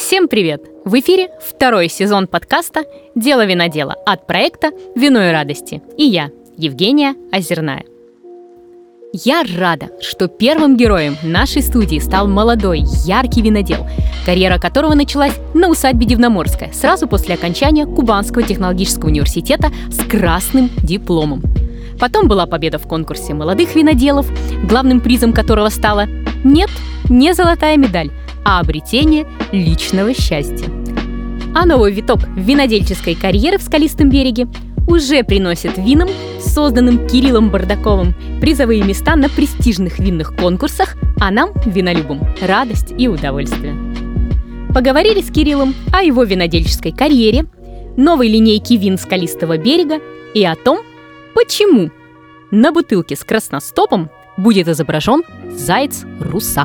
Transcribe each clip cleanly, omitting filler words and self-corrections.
Всем привет! В эфире второй сезон подкаста «Дело винодела» от проекта «Вино и радости». И я, Евгения Озерная. Я рада, что первым героем нашей студии стал молодой, яркий винодел, карьера которого началась на усадьбе Дивноморская сразу после окончания Кубанского технологического университета с красным дипломом. Потом была победа в конкурсе молодых виноделов, главным призом которого стала не золотая медаль, а обретение личного счастья. А новый виток винодельческой карьеры в Скалистом береге уже приносит винам, созданным Кириллом Бардаковым, призовые места на престижных винных конкурсах, а нам, винолюбам, радость и удовольствие. Поговорили с Кириллом о его винодельческой карьере, новой линейке вин Скалистого берега и о том, почему на бутылке с красностопом будет изображен заяц-русак.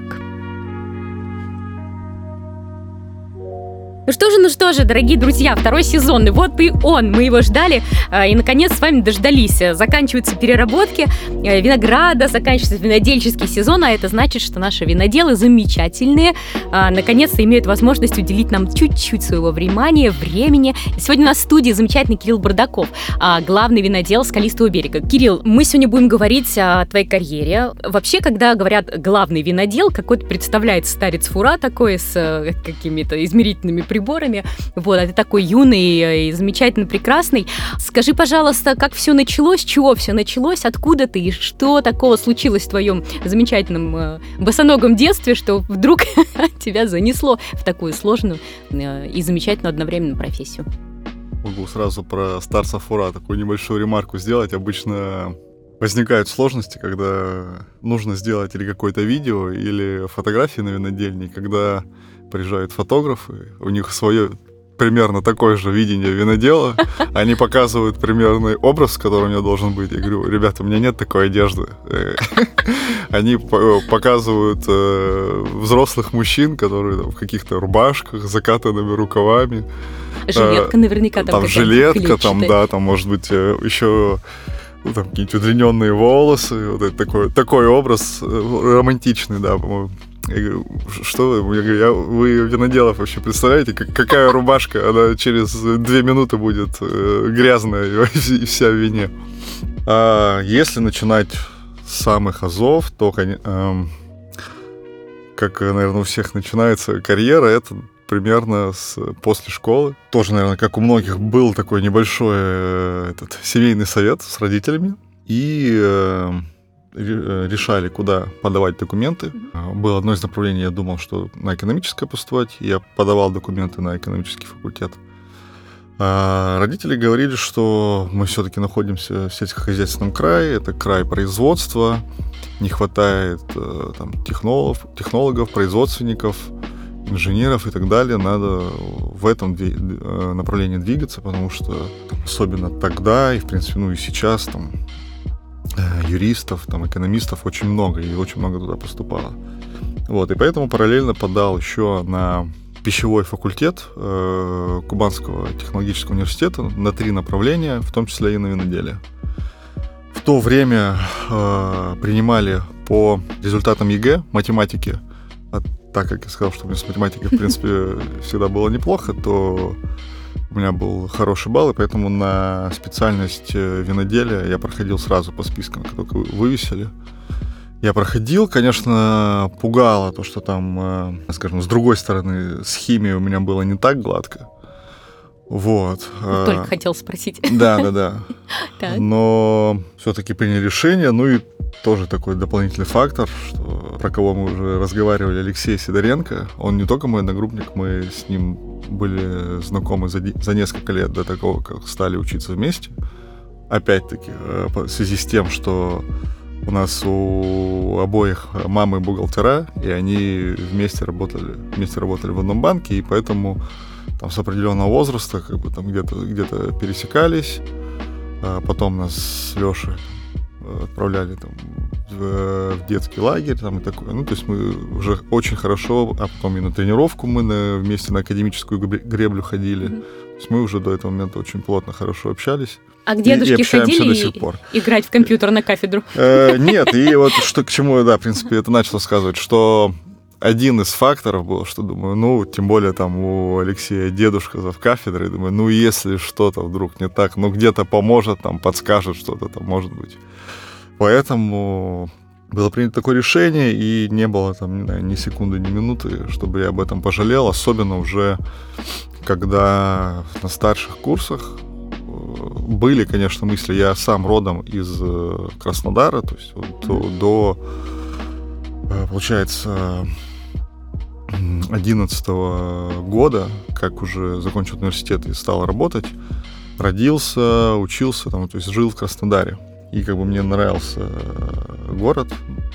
Ну что же, дорогие друзья, второй сезон, и вот и он, мы его ждали, и наконец с вами дождались. Заканчиваются переработки винограда, заканчивается винодельческий сезон, а это значит, что наши виноделы замечательные, наконец-то имеют возможность уделить нам чуть-чуть своего времени. Сегодня у нас в студии замечательный Кирилл Бардаков, главный винодел Скалистого берега. Кирилл, мы сегодня будем говорить о твоей карьере. Вообще, когда говорят главный винодел, какой-то представляется старец-фура такой с какими-то измерительными приборами. Вот, а ты такой юный и замечательно прекрасный. Скажи, пожалуйста, как все началось, с чего все началось, откуда ты и что такого случилось в твоем замечательном босоногом детстве, что вдруг тебя занесло в такую сложную и замечательную одновременную профессию? Могу сразу про старца-фура такую небольшую ремарку сделать. Обычно возникают сложности, когда нужно сделать или какое-то видео, или фотографии на винодельне, когда приезжают фотографы, у них свое примерно такое же видение винодела, они показывают примерный образ, который у меня должен быть. Я говорю, ребята, у меня нет такой одежды. Они показывают взрослых мужчин, которые в каких-то рубашках, с закатанными рукавами. Жилетка наверняка там. Там жилетка, там, да, там может быть еще там какие-нибудь удлиненные волосы. Вот это такой образ романтичный, да, по-моему. Я говорю, что вы? Я говорю, вы виноделов вообще представляете, какая рубашка, она через 2 минуты будет грязная и вся в вине. А если начинать с самых азов, то, как, наверное, у всех начинается карьера, это примерно после школы. Тоже, наверное, как у многих, был такой небольшой семейный совет с родителями. И решали, куда подавать документы. Было одно из направлений, я думал, что на экономическое поступать. Я подавал документы на экономический факультет. А родители говорили, что мы все-таки находимся в сельскохозяйственном крае, это край производства, не хватает там, технологов, производственников, инженеров и так далее. Надо в этом направлении двигаться, потому что особенно тогда и, в принципе, и сейчас там юристов, там, экономистов очень много, и очень много туда поступало. Вот, и поэтому параллельно подал еще на пищевой факультет Кубанского технологического университета на 3 направления, в том числе и на виноделие. В то время принимали по результатам ЕГЭ математики, а так как я сказал, что у меня с математикой, в принципе, всегда было неплохо, то у меня был хороший балл, и поэтому на специальность виноделия я проходил сразу по спискам, как только вывесили. Я проходил, конечно, пугало то, что там, скажем, с другой стороны, с химией у меня было не так гладко. Вот. Только хотел спросить. Да. Но все-таки приняли решение, и тоже такой дополнительный фактор, что, про кого мы уже разговаривали, Алексей Сидоренко, он не только мой одногруппник, мы с ним были знакомы за несколько лет до того, как стали учиться вместе. Опять-таки, в связи с тем, что у нас у обоих мамы бухгалтера, и они вместе работали в одном банке, и поэтому там с определенного возраста там где-то пересекались. Потом нас с Лешей отправляли там в детский лагерь там, и такое. То есть мы уже очень хорошо, а потом и на тренировку мы вместе на академическую греблю ходили. То есть мы уже до этого момента очень плотно, хорошо общались. А к дедушке ходили играть в компьютер на кафедру? Нет, и вот что к чему, да, в принципе, это начало сказывать, что один из факторов был, что думаю, тем более там у Алексея дедушка завкафедрой, думаю, если что-то вдруг не так, где-то поможет, там подскажет что-то там, может быть. Поэтому было принято такое решение, и не было там, не знаю, ни секунды, ни минуты, чтобы я об этом пожалел, особенно уже когда на старших курсах были, конечно, мысли. Я сам родом из Краснодара, то есть до получается, 2011 года, как уже закончил университет и стал работать, родился, учился, там, то есть жил в Краснодаре. И как бы мне нравился город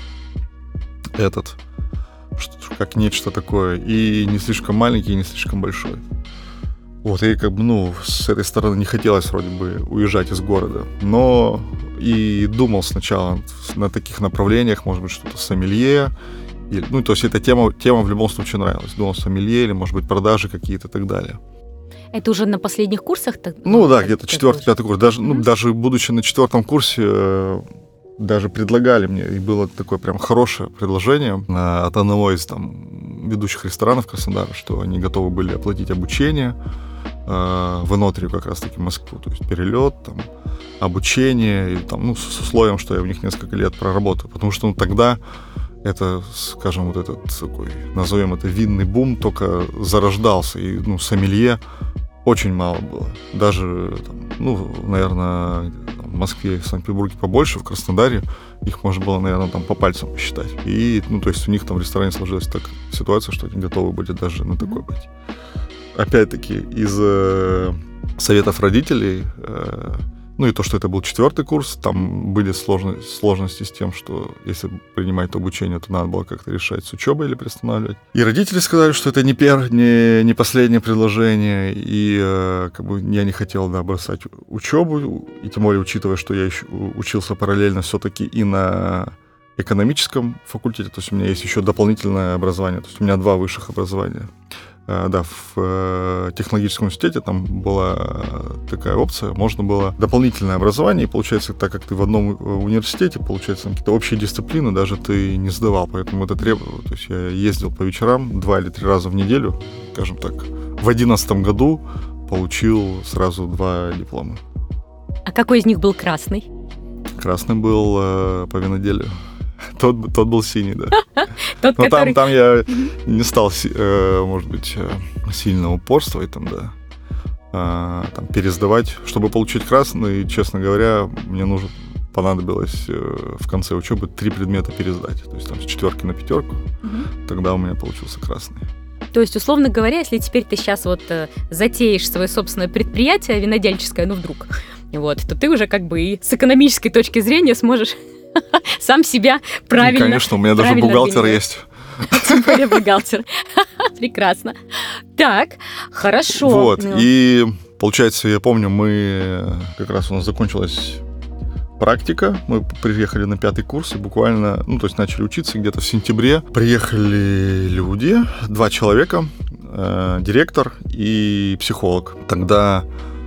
этот, как нечто такое, и не слишком маленький, и не слишком большой. Вот, и как бы, с этой стороны не хотелось вроде бы уезжать из города. Но и думал сначала на таких направлениях, может быть, что-то сомелье. То есть эта тема в любом случае нравилась. Думал сомелье или, может быть, продажи какие-то и так далее. Это уже на последних курсах? Да, где-то 4-5 курс. Даже будучи на 4 курсе, даже предлагали мне, и было такое прям хорошее предложение от одного из там ведущих ресторанов Краснодара, что они готовы были оплатить обучение в Инотрию, как раз-таки в Москву. То есть перелет, там, обучение, и, там, с условием, что я у них несколько лет проработаю. Потому что тогда это, скажем, вот этот такой, назовем это, винный бум только зарождался, и сомелье очень мало было. Даже, наверное, в Москве и в Санкт-Петербурге побольше, в Краснодаре их можно было, наверное, там по пальцам посчитать. И, то есть у них там в ресторане сложилась так ситуация, что они готовы были даже на такой быть. Опять-таки, из советов родителей, и то, что это был 4 курс, там были сложности с тем, что если принимать обучение, то надо было как-то решать с учебой или приостанавливать. И родители сказали, что это не последнее предложение, и я не хотел бросать учебу, и тем более учитывая, что я еще учился параллельно все-таки и на экономическом факультете, то есть у меня есть еще дополнительное образование, то есть у меня 2 высших образования. Да, в технологическом университете там была такая опция, можно было дополнительное образование, и получается, так как ты в одном университете, получается, какие-то общие дисциплины даже ты не сдавал, поэтому это требовало. То есть я ездил по вечерам 2 или 3 раза в неделю, скажем так. В 2011 году получил сразу 2 диплома. А какой из них был красный? Красный был по виноделию. Тот был синий, да. Тот, но который... там я не стал, может быть, сильно упорствовать, там пересдавать. Чтобы получить красный, честно говоря, мне понадобилось в конце учебы 3 предмета пересдать. То есть там с 4 на 5, тогда у меня получился красный. То есть, условно говоря, если теперь ты сейчас затеешь свое собственное предприятие винодельческое, вдруг, то ты уже как бы и с экономической точки зрения сможешь сам себя правильно... Конечно, у меня даже бухгалтер есть. Тем более бухгалтер. Прекрасно. Так, хорошо. Вот, и получается, я помню, как раз у нас закончилась практика, мы приехали на 5 курс и буквально, то есть начали учиться где-то в сентябре. Приехали люди, 2 человека, директор и психолог. Тогда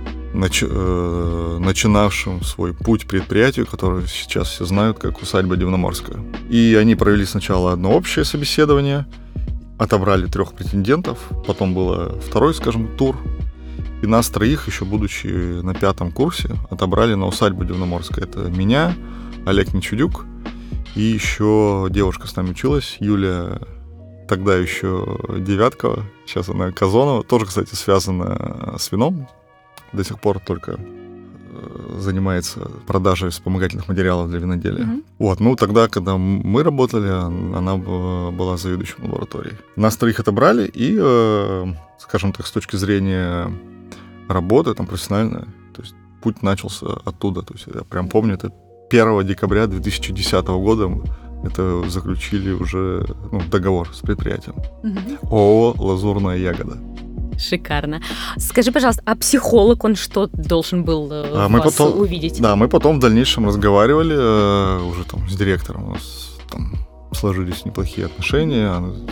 начинавшим свой путь предприятию, которое сейчас все знают как усадьба Дивноморская. И они провели сначала одно общее собеседование, отобрали 3 претендентов, потом было 2, скажем, тур, и нас 3, еще будучи на 5 курсе, отобрали на усадьбу Дивноморская. Это меня, Олег Нечудюк, и еще девушка с нами училась, Юлия, тогда еще Девяткова, сейчас она Казонова, тоже, кстати, связана с вином. До сих пор только занимается продажей вспомогательных материалов для виноделия. Тогда, когда мы работали, она была заведующим лабораторией. Нас 3 отобрали, и, скажем так, с точки зрения работы, профессиональной, то есть путь начался оттуда. То есть я прям помню, это 1 декабря 2010 года это заключили уже договор с предприятием. ООО «Лазурная ягода». Шикарно. Скажи, пожалуйста, а психолог, он что должен был вас увидеть? Да, мы потом в дальнейшем разговаривали уже с директором. У нас сложились неплохие отношения.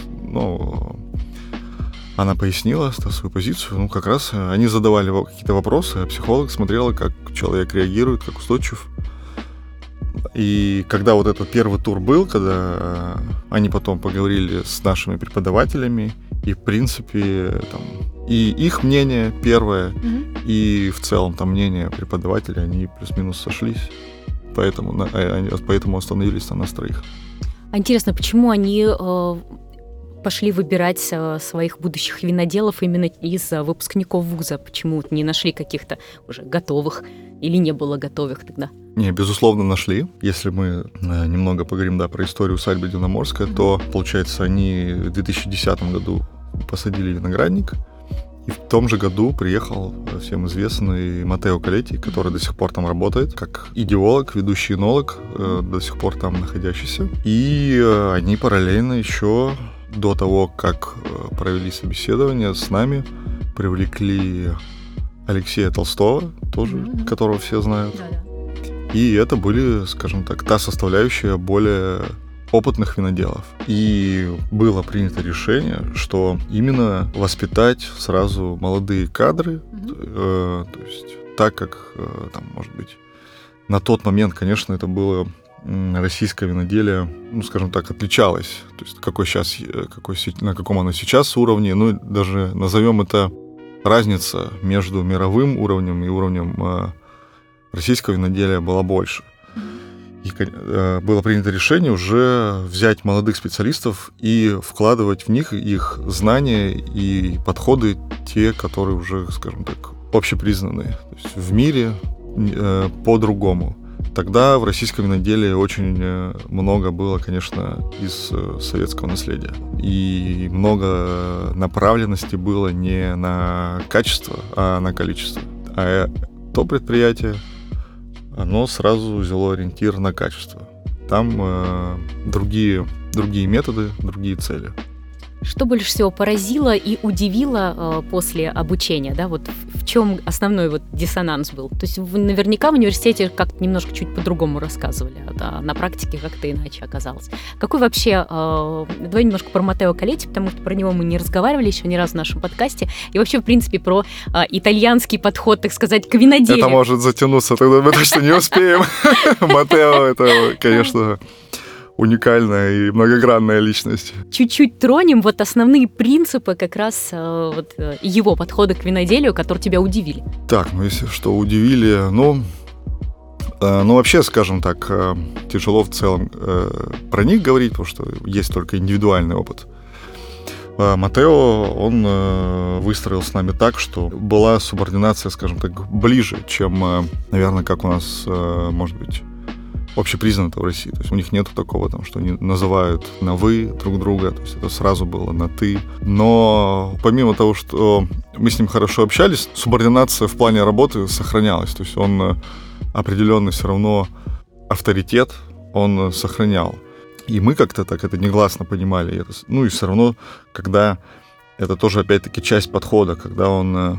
Она пояснила свою позицию. Как раз они задавали какие-то вопросы, а психолог смотрела, как человек реагирует, как устойчив. И когда вот этот первый тур был, когда они потом поговорили с нашими преподавателями, и, в принципе, там, и их мнение первое, и в целом там мнение преподавателей, они плюс-минус сошлись. Поэтому остановились там на троих. А интересно, почему они пошли выбирать своих будущих виноделов именно из выпускников вуза? Почему не нашли каких-то уже готовых или не было готовых тогда? Не, безусловно, нашли. Если мы немного поговорим, про историю усадьбы Дивноморская, то, получается, они в 2010 году посадили виноградник, и в том же году приехал всем известный Матео Колетти, который до сих пор там работает, как идеолог, ведущий энолог, до сих пор там находящийся. И они параллельно еще до того, как провели собеседование с нами, привлекли Алексея Толстого, тоже, которого все знают. И это были, скажем так, та составляющая более опытных виноделов. И было принято решение, что именно воспитать сразу молодые кадры, то есть так как, там, может быть, на тот момент, конечно, это было российское виноделие, скажем так, отличалось. То есть на каком оно сейчас уровне, даже назовем это разница между мировым уровнем и уровнем российского виноделия была больше. И было принято решение уже взять молодых специалистов и вкладывать в них их знания и подходы, те, которые уже, скажем так, общепризнанные. То есть в мире по-другому. Тогда в российском виноделии очень много было, конечно, из советского наследия. И много направленности было не на качество, а на количество. А то предприятие, оно сразу взяло ориентир на качество. Там другие методы, другие цели. Что больше всего поразило и удивило после обучения? Да? Вот в чем основной диссонанс был? То есть вы наверняка в университете как-то немножко чуть по-другому рассказывали, а на практике как-то иначе оказалось. Какой вообще... Давай немножко про Матео Колетти, потому что про него мы не разговаривали еще ни разу в нашем подкасте. И вообще, в принципе, про итальянский подход, так сказать, к виноделию. Это может затянуться, тогда мы точно не успеем. Матео, это, конечно... уникальная и многогранная личность. Чуть-чуть тронем основные принципы как раз его подхода к виноделию, которые тебя удивили. Так, если что удивили, вообще, скажем так, тяжело в целом про них говорить, потому что есть только индивидуальный опыт. Матео, он выстроил с нами так, что была субординация, скажем так, ближе, чем, наверное, как у нас, может быть, общепризнано в России. То есть у них нету такого, что они называют на «вы» друг друга, то есть это сразу было на «ты». Но помимо того, что мы с ним хорошо общались, субординация в плане работы сохранялась. То есть он определенный все равно авторитет он сохранял. И мы как-то так это негласно понимали. И все равно, когда это тоже опять-таки часть подхода, когда он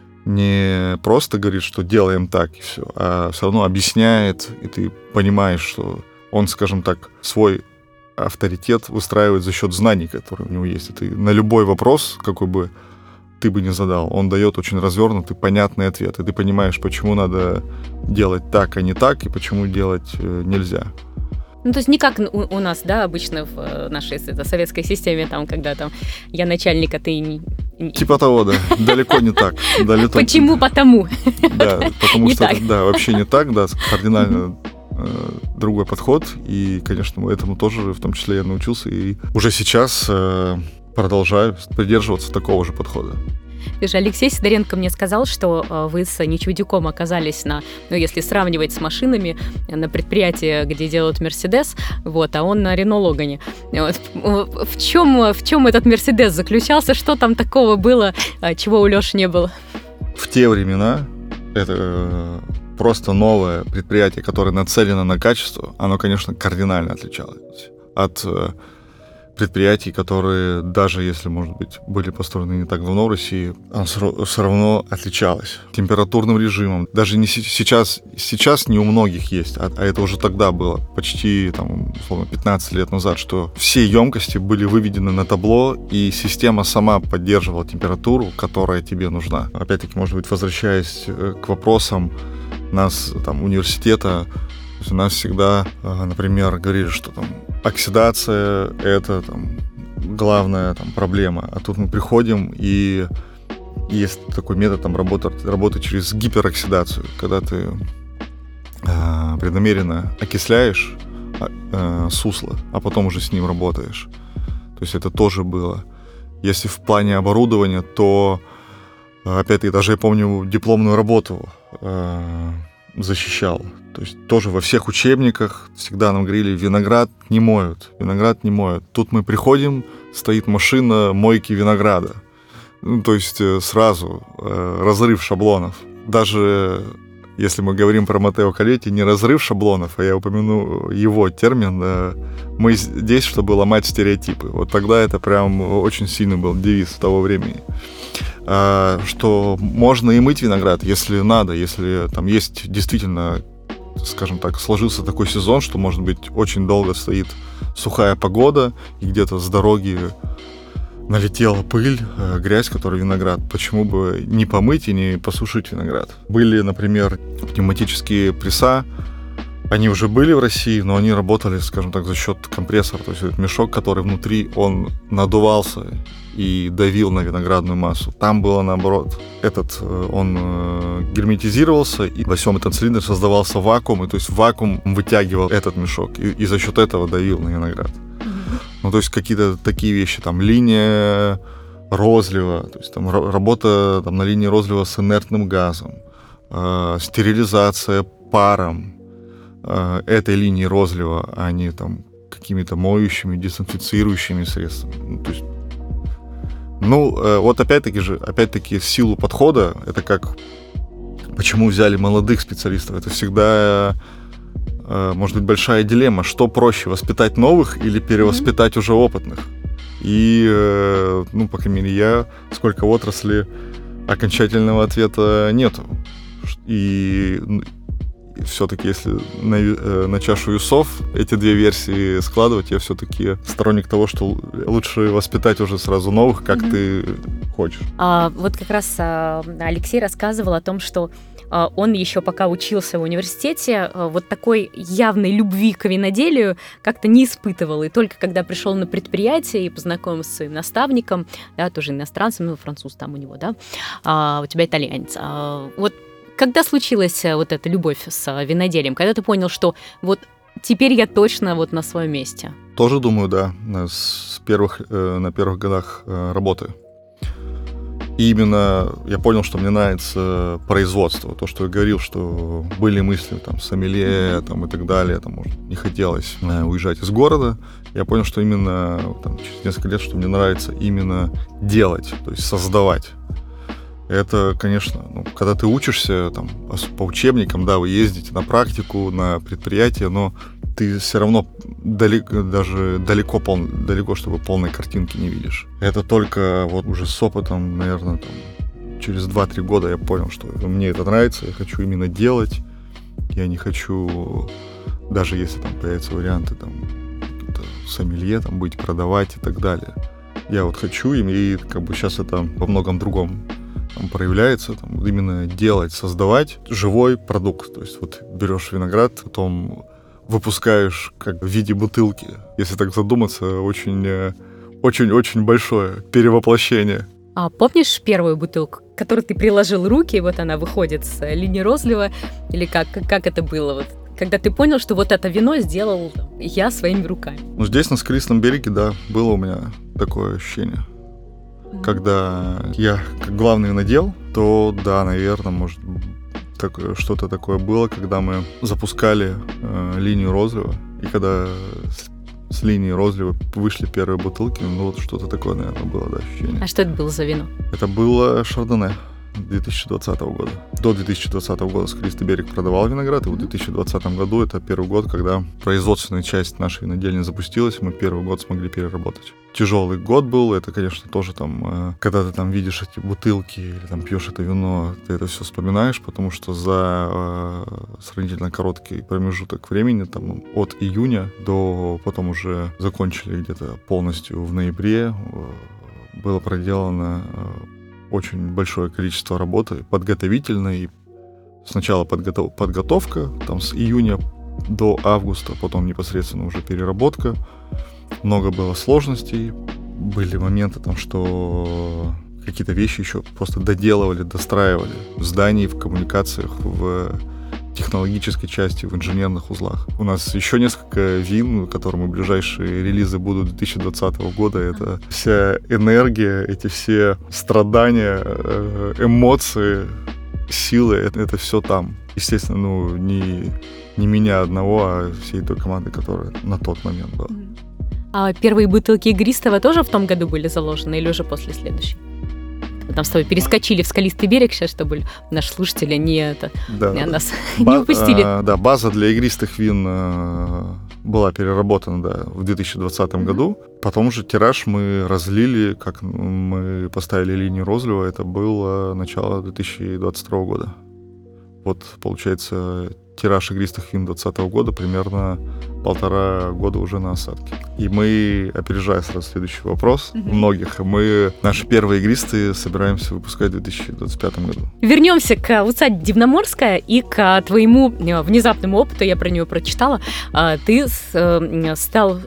не просто говорит, что делаем так и все, а все равно объясняет, и ты понимаешь, что он, скажем так, свой авторитет выстраивает за счет знаний, которые у него есть. И ты на любой вопрос, какой бы ты бы ни задал, он дает очень развернутый, понятный ответ. И ты понимаешь, почему надо делать так, а не так, и почему делать нельзя. То есть не как у нас, да, обычно в нашей советской системе, когда я начальник, а ты не... Типа того, да. Далеко не так. Почему? Потому. Да, потому что это, вообще не так, да, кардинально другой подход. И, конечно, этому тоже, в том числе, я научился. И уже сейчас продолжаю придерживаться такого же подхода. Алексей Сидоренко мне сказал, что вы с Нечудюком оказались если сравнивать с машинами, на предприятии, где делают Мерседес, а он на Рено Логане. В чем этот Мерседес заключался? Что там такого было, чего у Лёши не было? В те времена это просто новое предприятие, которое нацелено на качество, оно, конечно, кардинально отличалось от предприятий, которые, даже если, может быть, были построены не так давно в России, оно все равно отличалось температурным режимом. Даже не сейчас не у многих есть, а это уже тогда было, почти, условно, 15 лет назад, что все емкости были выведены на табло, и система сама поддерживала температуру, которая тебе нужна. Опять-таки, может быть, возвращаясь к вопросам нас, университета, То есть у нас всегда, например, говорили, что там оксидация — это там главная там проблема. А тут мы приходим, и есть такой метод там работы через гипероксидацию, когда ты преднамеренно окисляешь сусло, а потом уже с ним работаешь. То есть это тоже было. Если в плане оборудования, то опять-таки даже я помню дипломную работу защищал. То есть тоже во всех учебниках всегда нам говорили: виноград не моют, виноград не моют. Тут мы приходим, стоит машина мойки винограда. Ну, то есть сразу разрыв шаблонов. Даже если мы говорим про Маттео Колетти, не разрыв шаблонов, а я упомяну его термин, мы здесь, чтобы ломать стереотипы. Вот тогда это прям очень сильный был девиз того времени. Что можно и мыть виноград, если надо, если там есть действительно, скажем так, сложился такой сезон, что, может быть, очень долго стоит сухая погода, и где-то с дороги налетела пыль, грязь, которая виноград. Почему бы не помыть и не посушить виноград? Были, например, пневматические пресса. Они уже были в России, но они работали, скажем так, за счет компрессора. То есть этот мешок, который внутри, он надувался и давил на виноградную массу. Там было наоборот. Он герметизировался, и во всем этом цилиндре создавался вакуум, и то есть вакуум вытягивал этот мешок, и за счет этого давил на виноград. Ну, то есть какие-то такие вещи, там, линия розлива, то есть там работа там, на линии розлива с инертным газом, стерилизация паром этой линии розлива, а не там какими-то моющими, дезинфицирующими средствами. То есть, вот опять-таки силу подхода, это как, почему взяли молодых специалистов, это всегда... может быть, большая дилемма, что проще, воспитать новых или перевоспитать уже опытных. И, по крайней мере, я, сколько в отрасли, окончательного ответа нету. И все-таки, если на чашу весов эти две версии складывать, я все-таки сторонник того, что лучше воспитать уже сразу новых, как ты хочешь. Вот как раз Алексей рассказывал о том, что он еще пока учился в университете, вот такой явной любви к виноделию как-то не испытывал. И только когда пришел на предприятие и познакомился с своим наставником, да, тоже иностранцем, француз там у него, да, у тебя итальянец. Вот когда случилась вот эта любовь с виноделием? Когда ты понял, что вот теперь я точно вот на своем месте? Тоже думаю, да, на первых годах работы. И именно я понял, что мне нравится производство. То, что я говорил, что были мысли там сомелье там, и так далее, там, может, не хотелось уезжать из города. Я понял, что именно там, через несколько лет, что мне нравится именно делать, то есть создавать. Это, конечно, когда ты учишься там, по учебникам, да, вы ездите на практику, на предприятие, но ты все равно далеко, чтобы полной картинки не видишь. Это только вот уже с опытом, наверное, там, через 2-3 года я понял, что мне это нравится, я хочу именно делать. Я не хочу, даже если там появятся варианты, там, сомелье, там, быть, продавать и так далее. Я вот хочу, и как бы сейчас это во многом другом там проявляется, там, именно делать, создавать живой продукт. То есть вот берешь виноград, потом выпускаешь как в виде бутылки. Если так задуматься, очень-очень большое перевоплощение. А помнишь первую бутылку, к которой ты приложил руки, и вот она выходит с линии розлива? Или как это было? Вот, когда ты понял, что вот это вино сделал я своими руками? Здесь, на Скалистом береге, да, было у меня такое ощущение. Когда я как главный винодел, то да, наверное, может что-то такое было, когда мы запускали линию розлива, и когда с линии розлива вышли первые бутылки, вот что-то такое, наверное, было, да, ощущение. А что это было за вино? Это было Шардоне 2020 года. До 2020 года Скалистый берег продавал виноград, и в 2020 году это первый год, когда производственная часть нашей винодельни запустилась, мы первый год смогли переработать. Тяжелый год был, это, конечно, тоже там, когда ты там видишь эти бутылки или там пьешь это вино, ты это все вспоминаешь, потому что за сравнительно короткий промежуток времени, там, от июня до потом уже закончили где-то полностью в ноябре, было проделано очень большое количество работы подготовительной. Сначала подготовка, там с июня до августа, потом непосредственно уже переработка. Много было сложностей. Были моменты, там, что какие-то вещи еще просто доделывали, достраивали в здании, в коммуникациях, в технологической части, в инженерных узлах. У нас еще несколько вин, которым ближайшие релизы будут 2020 года. Это вся энергия, эти все страдания, эмоции, силы, это все там. Естественно, не меня одного, а всей той команды, которая на тот момент была. А первые бутылки игристого тоже в том году были заложены или уже после следующей? Мы там с тобой перескочили в скалистый берег сейчас, чтобы наши слушатели нас не упустили. Да, база для игристых вин была переработана в 2020 году. Потом уже тираж мы разлили, как мы поставили линию розлива. Это было начало 2022 года. Вот, получается, тираж игристых вин 2020 года примерно 1,5 года уже на осадке. И мы, опережая сразу следующий вопрос, многих, мы наши первые игристые собираемся выпускать в 2025 году. Вернемся к усадьбе Дивноморская и к твоему внезапному опыту. Я про него прочитала. Ты стал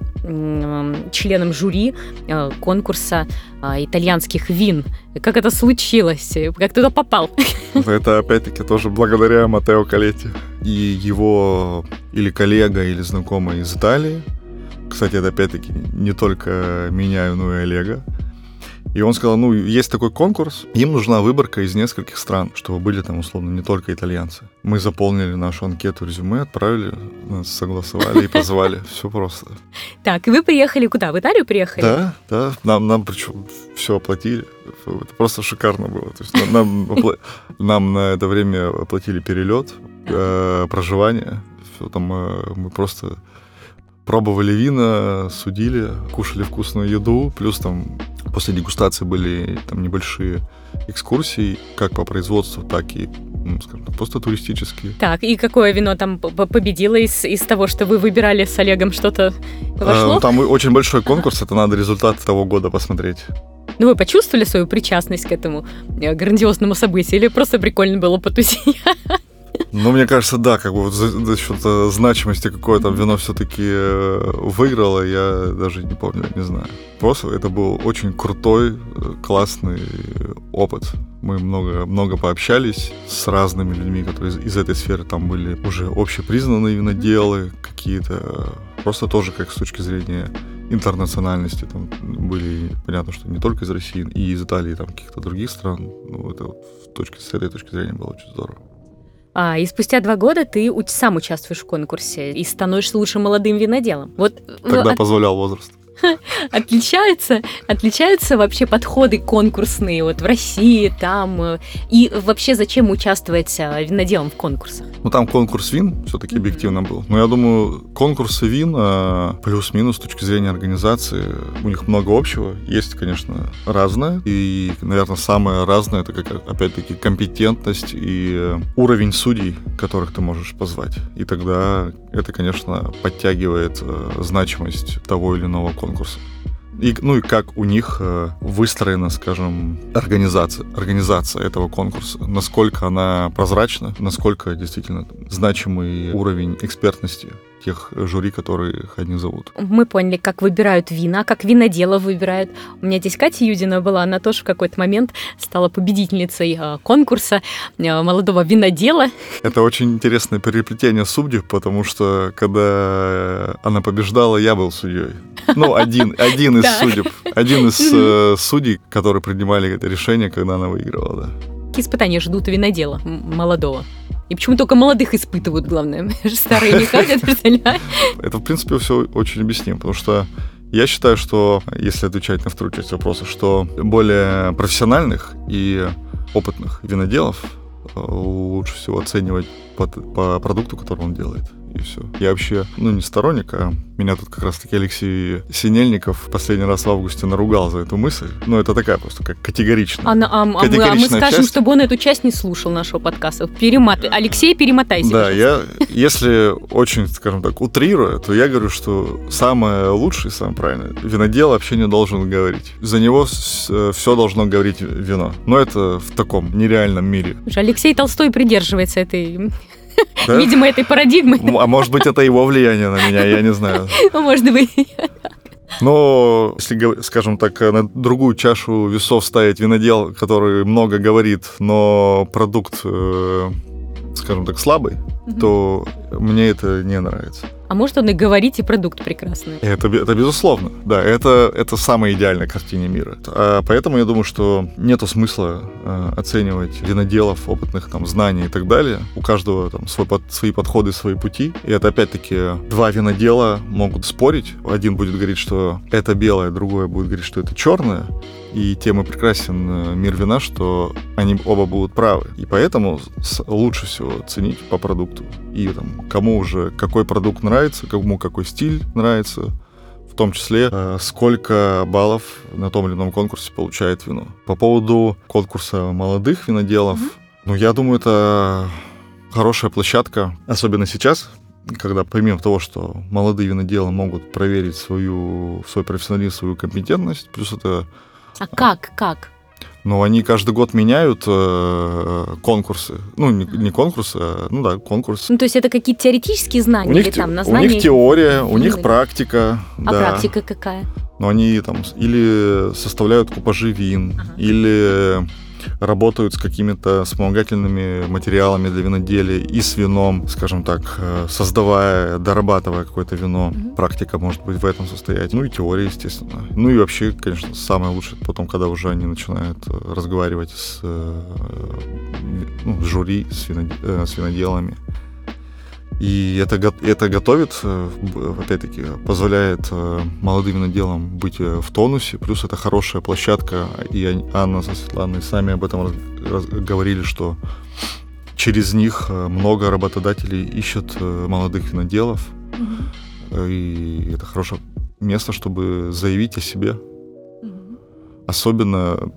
членом жюри конкурса итальянских вин. Как это случилось? Как ты туда попал? Это, опять-таки, тоже благодаря Матео Калетти и его или коллега, или знакомый из Италии. Кстати, это, опять-таки, не только меня, но и Олега. И он сказал, есть такой конкурс, им нужна выборка из нескольких стран, чтобы были там, условно, не только итальянцы. Мы заполнили нашу анкету, резюме, отправили, нас согласовали и позвали. Все просто. Так, и вы приехали куда? В Италию приехали? Да. Нам причем все оплатили. Это просто шикарно было. То есть нам на это время оплатили перелет, проживание. Все там мы просто пробовали вина, судили, кушали вкусную еду, плюс там после дегустации были там небольшие экскурсии, как по производству, так и, скажем так, просто туристические. Так, и какое вино там победило из того, что вы выбирали с Олегом, что-то вошло? Там очень большой конкурс, это надо результат того года посмотреть. Вы почувствовали свою причастность к этому грандиозному событию или просто прикольно было потусить? Мне кажется, да, за счет значимости какое-то вино все-таки выиграло, я даже не помню, не знаю. Просто это был очень крутой, классный опыт. Мы много пообщались с разными людьми, которые из этой сферы там были уже общепризнанные виноделы, какие-то просто тоже как с точки зрения интернациональности. Там были, понятно, что не только из России, и из Италии, там каких-то других стран. Это с этой точки зрения было очень здорово. И спустя 2 года ты сам участвуешь в конкурсе и становишься лучшим молодым виноделом. Тогда позволял возраст. Отличаются вообще подходы конкурсные в России, там, и вообще зачем участвовать виноделом в конкурсах? Там конкурс вин все-таки объективно был. Но я думаю, конкурсы вин плюс-минус с точки зрения организации, у них много общего. Есть, конечно, разное. И, наверное, самое разное, это, опять-таки, компетентность и уровень судей, которых ты можешь позвать. И тогда это, конечно, подтягивает значимость того или иного конкурса. И как у них выстроена, скажем, организация этого конкурса, насколько она прозрачна, насколько действительно значимый уровень экспертности тех жюри, которых они зовут. Мы поняли, как выбирают вина, как виноделов выбирают. У меня здесь Катя Юдина была, она тоже в какой-то момент стала победительницей конкурса молодого винодела. Это очень интересное переплетение судеб, потому что когда она побеждала, я был судьей. Один из судеб, один из судей, которые принимали это решение, когда она выигрывала, да. Какие испытания ждут винодела молодого? И почему только молодых испытывают, главное? Старые не ходят, представляешь? Это, в принципе, все очень объяснимо, потому что я считаю, что, если отвечать на вторую часть вопроса, что более профессиональных и опытных виноделов лучше всего оценивать по продукту, который он делает. И все. Я вообще, не сторонник, а меня тут как раз-таки Алексей Синельников последний раз в августе наругал за эту мысль. Это такая просто как категоричная. Мы скажем, чтобы он эту часть не слушал нашего подкаста. Алексей, перемотайся. Да, если очень, скажем так, утрируя, то я говорю, что самое лучшее, самое правильное, винодел вообще не должен говорить. За него все должно говорить вино. Но это в таком нереальном мире. Алексей Толстой придерживается этой Видимо, этой парадигмы. А может быть, это его влияние на меня, я не знаю. Может быть. Но, если, скажем так, на другую чашу весов ставить винодел, который много говорит, но продукт, скажем так, слабый, то мне это не нравится. А может, он и говорит, и продукт прекрасный. Это безусловно, да, это самая идеальная картина мира. Поэтому я думаю, что нету смысла оценивать виноделов, опытных там знаний и так далее. У каждого там свои подходы, свои пути. И это опять-таки два винодела могут спорить. Один будет говорить, что это белое, другой будет говорить, что это черное. И тем и прекрасен мир вина, что они оба будут правы. И поэтому лучше всего ценить по продукту. И там, кому уже какой продукт нравится, кому какой стиль нравится, в том числе сколько баллов на том или ином конкурсе получает вино. По поводу конкурса молодых виноделов, я думаю, это хорошая площадка, особенно сейчас, когда помимо того, что молодые виноделы могут проверить свой профессионализм, свою компетентность, плюс это... А как? Они каждый год меняют конкурсы. Не конкурсы, конкурсы. То есть это какие-то теоретические знания? У них, или там на знания... У них теория, у них практика. А практика какая? Они там или составляют купажи вин, или работают с какими-то вспомогательными материалами для виноделия и с вином, скажем так, создавая, дорабатывая какое-то вино. Практика может быть в этом состоять. И теория, естественно. И вообще, конечно, самое лучшее потом, когда уже они начинают разговаривать с жюри, с виноделами. И это готовит, опять-таки, позволяет молодым виноделам быть в тонусе, плюс это хорошая площадка, и Анна со Светланой сами об этом говорили, что через них много работодателей ищут молодых виноделов, и это хорошее место, чтобы заявить о себе, особенно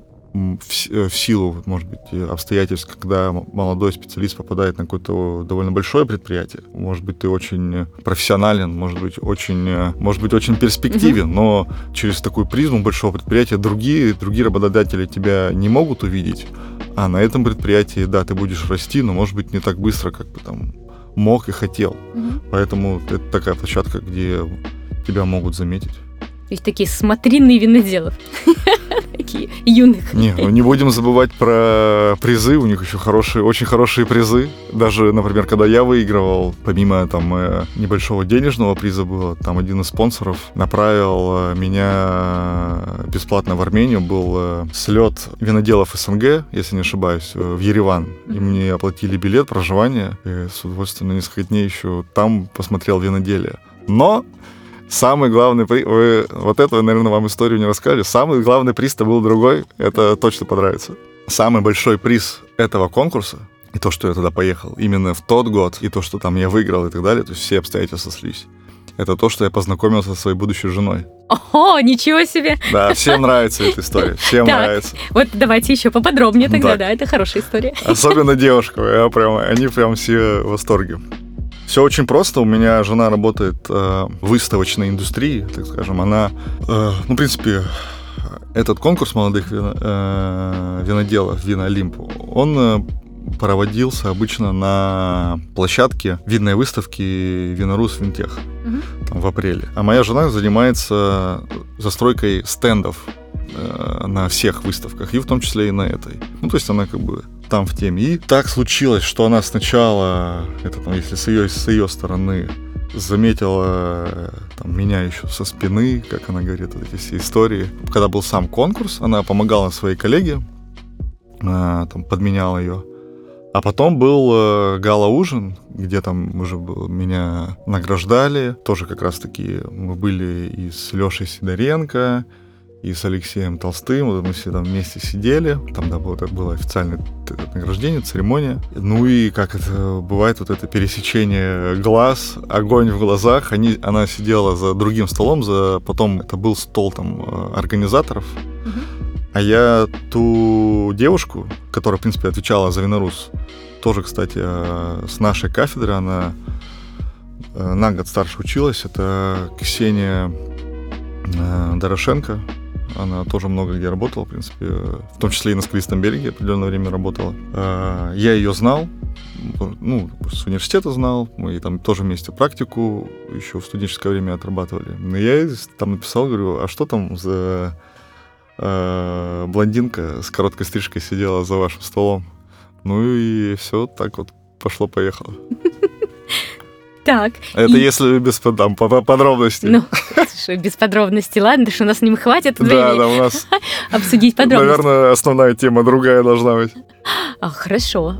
в силу, может быть, обстоятельств, когда молодой специалист попадает на какое-то довольно большое предприятие. Может быть, ты очень профессионален, может быть, очень перспективен, но через такую призму большого предприятия другие работодатели тебя не могут увидеть, а на этом предприятии, да, ты будешь расти, но, может быть, не так быстро, как бы там мог и хотел. Поэтому это такая площадка, где тебя могут заметить. То есть такие смотрины виноделов. Такие юных. Не будем забывать про призы. У них еще очень хорошие призы. Даже, например, когда я выигрывал, помимо там небольшого денежного приза было, там один из спонсоров направил меня бесплатно в Армению. Был слет виноделов СНГ, если не ошибаюсь, в Ереван. И мне оплатили билет, проживание. И с удовольствием на несколько дней еще там посмотрел виноделие. Но самый главный приз... Вот эту, наверное, вам историю не рассказали. Самый главный приз-то был другой. Это точно понравится. Самый большой приз этого конкурса, и то, что я туда поехал именно в тот год, и то, что там я выиграл и так далее, то есть все обстоятельства слились. Это то, что я познакомился со своей будущей женой. О, ничего себе! Да, всем нравится эта история. Всем нравится. Вот давайте еще поподробнее тогда, да, это хорошая история. Особенно девушка. Они прям все в восторге. Все очень просто. У меня жена работает в выставочной индустрии, так скажем. Она, в принципе, этот конкурс молодых виноделов, Вина Олимп, он проводился обычно на площадке винной выставки Винорус Винтех в апреле. А моя жена занимается застройкой стендов на всех выставках, и в том числе и на этой. То есть она как бы там в теме. И так случилось, что она сначала, если с ее стороны, заметила меня еще со спины, как она говорит, вот эти все истории. Когда был сам конкурс, она помогала своей коллеге, подменяла ее. А потом был гала-ужин, где там уже меня награждали. Тоже как раз-таки мы были и с Лешей Сидоренко, и с Алексеем Толстым. Вот мы все там вместе сидели. Там, да, было официальное награждение, церемония. И как это бывает, вот это пересечение глаз, огонь в глазах. Она сидела за другим столом, потом это был стол там организаторов. А я ту девушку, которая, в принципе, отвечала за Винорус, тоже, кстати, с нашей кафедры, она на год старше училась, это Ксения Дорошенко. Она тоже много где работала, в принципе, в том числе и на Скалистом береге определенное время работала. Я ее знал, с университета знал, мы там тоже вместе практику еще в студенческое время отрабатывали. Но я там написал, говорю, а что там за блондинка с короткой стрижкой сидела за вашим столом? Ну и все, так вот пошло-поехало. Так. Это если без подробностей. Ну, без подробностей, ладно, что у нас с ним хватит времени. Да, у нас обсудить подробности. Наверное, основная тема другая должна быть. Хорошо.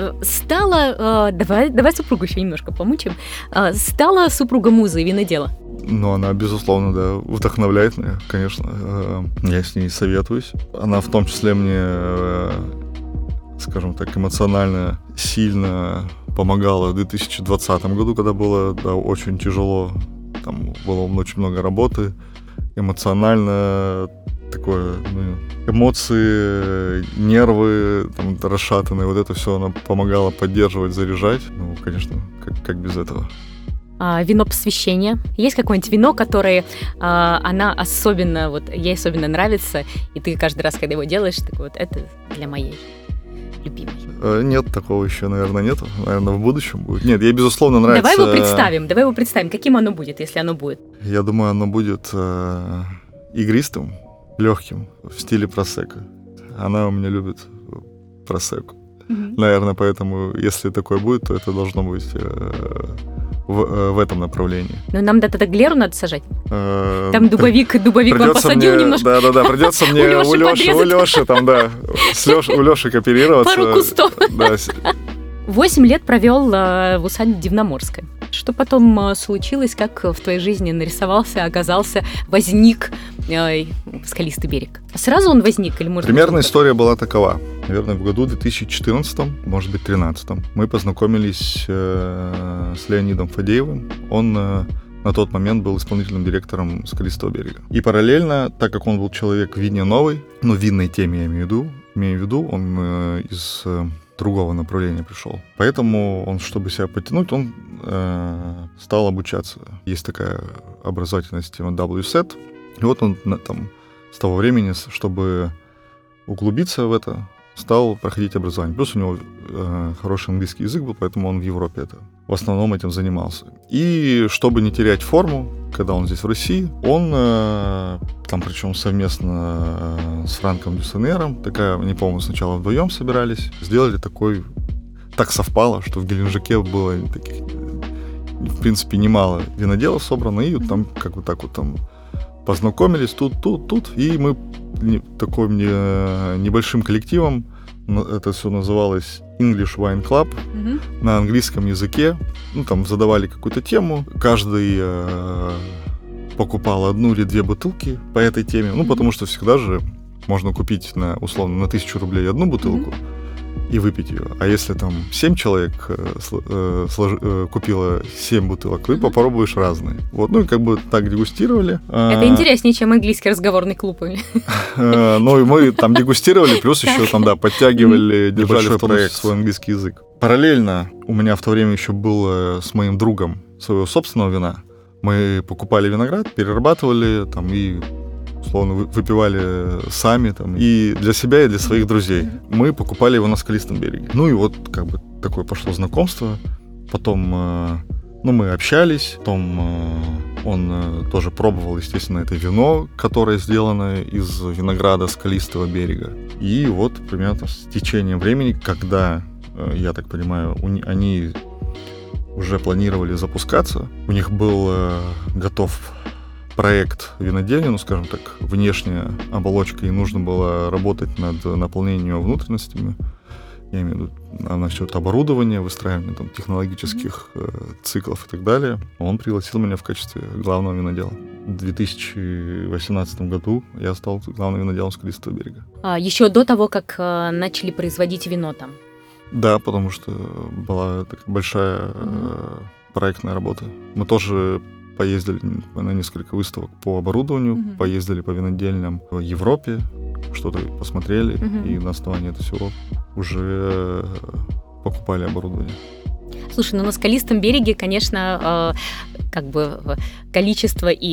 Давай супругу еще немножко помучим. Стала супруга музой винодела? Ну, она, безусловно, да, вдохновляет меня, конечно. Я с ней советуюсь. Она в том числе мне, скажем так, эмоционально сильно помогала в 2020 году, когда было очень тяжело. Там было очень много работы. Эмоционально такое, эмоции, нервы там, расшатанные. Вот это все она помогала поддерживать, заряжать. Ну, конечно, как без этого. Вино посвящения. Есть какое-нибудь вино, которое она особенно, ей особенно нравится, и ты каждый раз, когда его делаешь, такой это для моей любимой? Нет, такого еще, наверное, нету. Наверное, в будущем будет. Нет, ей, безусловно, нравится... Давай его представим. Каким оно будет, если оно будет? Я думаю, оно будет игристым, легким, в стиле просекко. Она у меня любит просекко. Mm-hmm. Наверное, поэтому, если такое будет, то это должно быть в этом направлении. Но нам тогда глеру надо сажать. Там дубовик он посадил немножко. Да, придется мне у Лёши там, да, у Лёши кооперироваться. Пару кустов. Да. 8 лет провел в усадьбе Дивноморской. Что потом случилось, как в твоей жизни возник скалистый берег? Сразу он возник или может Примерная история была такова. Наверное, в году 2014, может быть, 2013 мы познакомились с Леонидом Фадеевым. Он на тот момент был исполнительным директором «Скалистого берега». И параллельно, так как он был человек в вине новой, в винной теме я имею в виду, он из другого направления пришел. Поэтому он, чтобы себя подтянуть, он стал обучаться. Есть такая образовательная система WSET. И вот он там с того времени, чтобы углубиться в это, стал проходить образование. Плюс у него хороший английский язык был, поэтому он в Европе в основном этим занимался. И чтобы не терять форму, когда он здесь в России, он там, причем совместно с Франком Дюссенером, не помню, сначала вдвоем собирались, сделали так совпало, что в Геленджике было таких, в принципе, немало виноделов собрано, и там там познакомились тут, и мы таким небольшим коллективом, это все называлось English Wine Club, на английском языке, там задавали какую-то тему, каждый покупал 1 или 2 бутылки по этой теме, потому что всегда же можно купить условно на 1000 рублей 1 бутылку и выпить ее. А если там 7 человек купило 7 бутылок, ты попробуешь разные. И так дегустировали. Это интереснее, чем английский разговорный клуб. И мы там дегустировали, плюс еще там, подтягивали, держали в тонусе свой английский язык. Параллельно у меня в то время еще был с моим другом своего собственного вина. Мы покупали виноград, перерабатывали там и условно выпивали сами там, и для себя, и для своих друзей. Мы покупали его на Скалистом береге. Такое пошло знакомство. Потом мы общались. Потом он тоже пробовал, естественно, это вино, которое сделано из винограда Скалистого берега. И примерно с течением времени, когда, я так понимаю, они уже планировали запускаться, у них был готов проект винодельни, скажем так, внешняя оболочка, и нужно было работать над наполнением его внутренностями. Я имею в виду насчет оборудования, выстраивания технологических циклов и так далее. Он пригласил меня в качестве главного винодела. В 2018 году я стал главным виноделом Скалистого берега. Еще до того, как начали производить вино там? Да, потому что была такая большая проектная работа. Мы тоже поездили на несколько выставок по оборудованию, поездили по винодельням в Европе, что-то посмотрели, и на основании этого всего уже покупали оборудование. Слушай, на Скалистом береге, конечно, количество и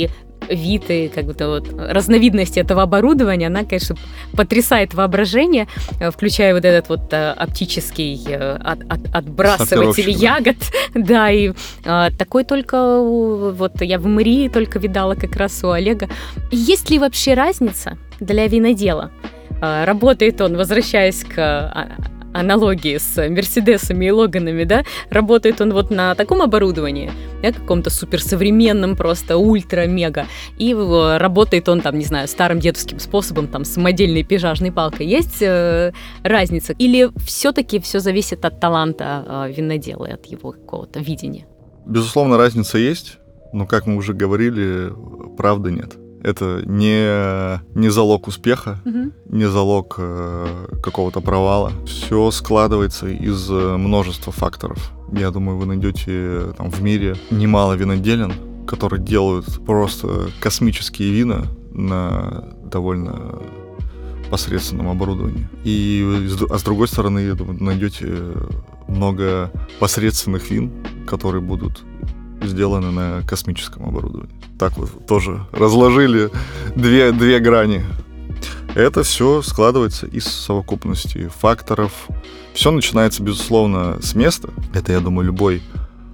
вид и как будто вот разновидность этого оборудования, она, конечно, потрясает воображение, включая вот этот вот оптический отбрасыватель ягод. Да, и такой только вот я в мэрии только видала как раз у Олега. Есть ли вообще разница для винодела? Работает он, возвращаясь к аналогии с Мерседесами и Логанами, да, работает он вот на таком оборудовании, да, каком-то суперсовременном, просто ультра-мега, и работает он там, не знаю, старым дедовским способом, там, самодельной пижажной палкой. Есть разница? Или все-таки все зависит от таланта винодела и от его какого-то видения? Безусловно, разница есть, но, как мы уже говорили, правды нет. Это не залог успеха, не залог какого-то провала. Все складывается из множества факторов. Я думаю, вы найдете там в мире немало виноделин, которые делают просто космические вина на довольно посредственном оборудовании. А с другой стороны, я думаю, найдете много посредственных вин, которые будут сделаны на космическом оборудовании. Так вот тоже разложили две грани. Это все складывается из совокупности факторов. Все начинается, безусловно, с места. Это, я думаю, любой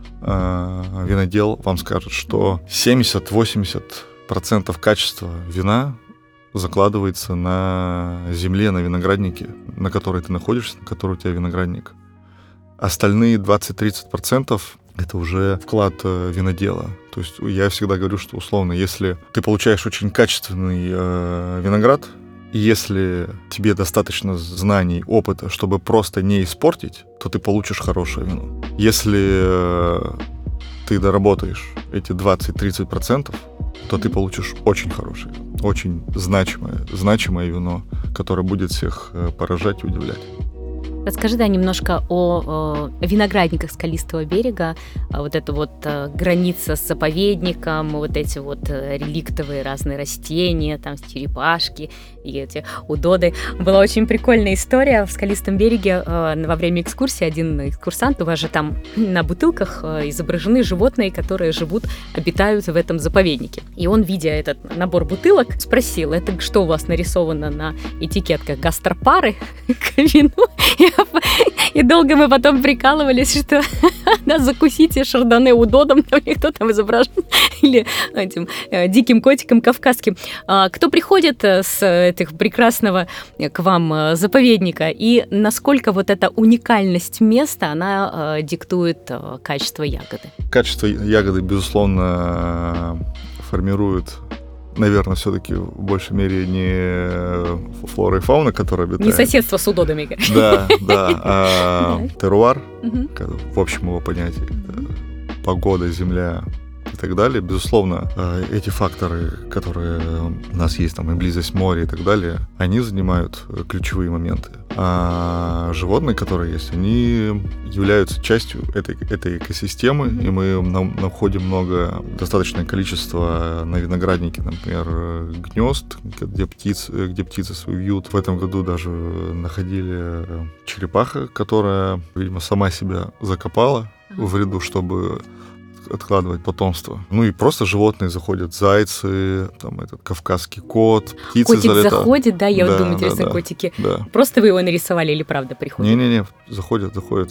винодел вам скажет, что 70-80% качества вина закладывается на земле, на винограднике, на которой ты находишься, на которой у тебя виноградник. Остальные 20-30% это уже вклад винодела. То есть я всегда говорю, что условно, если ты получаешь очень качественный виноград, и если тебе достаточно знаний, опыта, чтобы просто не испортить, то ты получишь хорошее вино. Если ты доработаешь эти 20-30%, то ты получишь очень хорошее, очень значимое вино, которое будет всех поражать и удивлять. Расскажи, да, немножко о виноградниках Скалистого берега, вот эта вот граница с заповедником, вот эти вот реликтовые разные растения, там черепашки и эти удоды. Была очень прикольная история в Скалистом береге во время экскурсии. Один экскурсант, у вас же там на бутылках изображены животные, которые обитают в этом заповеднике. И он, видя этот набор бутылок, спросил: это что у вас нарисовано на этикетках? Гастропары к вину? И долго мы потом прикалывались, что да, закусите шардоне удодом, кто там изображен, или этим диким котиком кавказским. Кто приходит с этих прекрасного к вам заповедника, и насколько вот эта уникальность места, она диктует качество ягоды? Качество ягоды, безусловно, формирует, наверное, все-таки в большей мере не флора и фауна, которая обитает. Не соседство с удодами, конечно. Да, а теруар, в общем его понятие, погода, земля и так далее. Безусловно, эти факторы, которые у нас есть, там и близость моря и так далее, они занимают ключевые моменты. А животные, которые есть, они являются частью этой экосистемы, и мы находим достаточное количество на винограднике, например, гнезд, где птицы свои вьют. В этом году даже находили черепаха, которая, видимо, сама себя закопала в ряду, чтобы откладывать потомство. Ну и просто животные заходят, зайцы, там этот кавказский кот, птицы Котик заходит, да, я вот думаю, интересно, котики. Да. Просто вы его нарисовали или правда приходят? Не-не-не, заходят.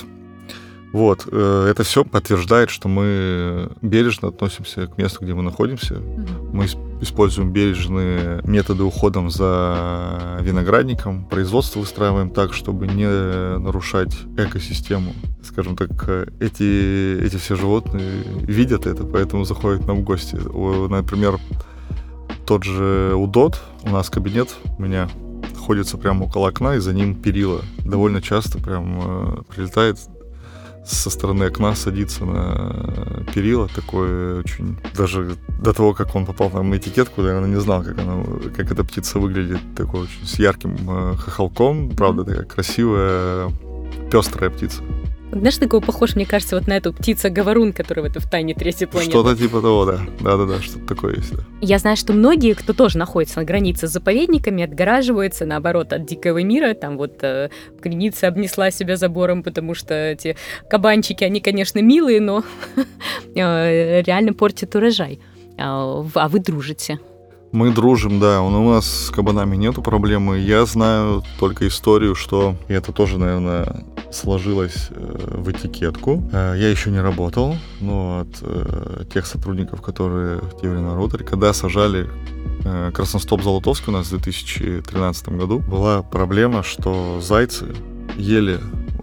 Вот, это все подтверждает, что мы бережно относимся к месту, где мы находимся. Мы используем бережные методы ухода за виноградником, производство выстраиваем так, чтобы не нарушать экосистему. Скажем так, эти все животные видят это, поэтому заходят к нам в гости. Например, тот же удод, у нас кабинет у меня находится прямо около окна, и за ним перила. Довольно часто прям прилетает со стороны окна, садится на перила, такой очень... Даже до того, как он попал там на этикетку, наверное, не знал, как эта птица выглядит, такой очень с ярким хохолком, правда, такая красивая, пестрая птица. Знаешь, такой похож, мне кажется, вот на эту птица-говорун, которая в «Тайне третьей планеты». Что-то типа того, да. Да, что-то такое есть, да. Я знаю, что многие, кто тоже находится на границе с заповедниками, отгораживаются, наоборот, от дикого мира. Там вот Креница обнесла себя забором, потому что эти кабанчики, они, конечно, милые, но реально портят урожай. а вы дружите. Мы дружим, да. У нас с кабанами нету проблемы. Я знаю только историю, что... И это тоже, наверное, сложилось в этикетку. Я еще не работал, но от тех сотрудников, которые в те времена работали, когда сажали красностоп Золотовский у нас в 2013 году, была проблема, что зайцы ели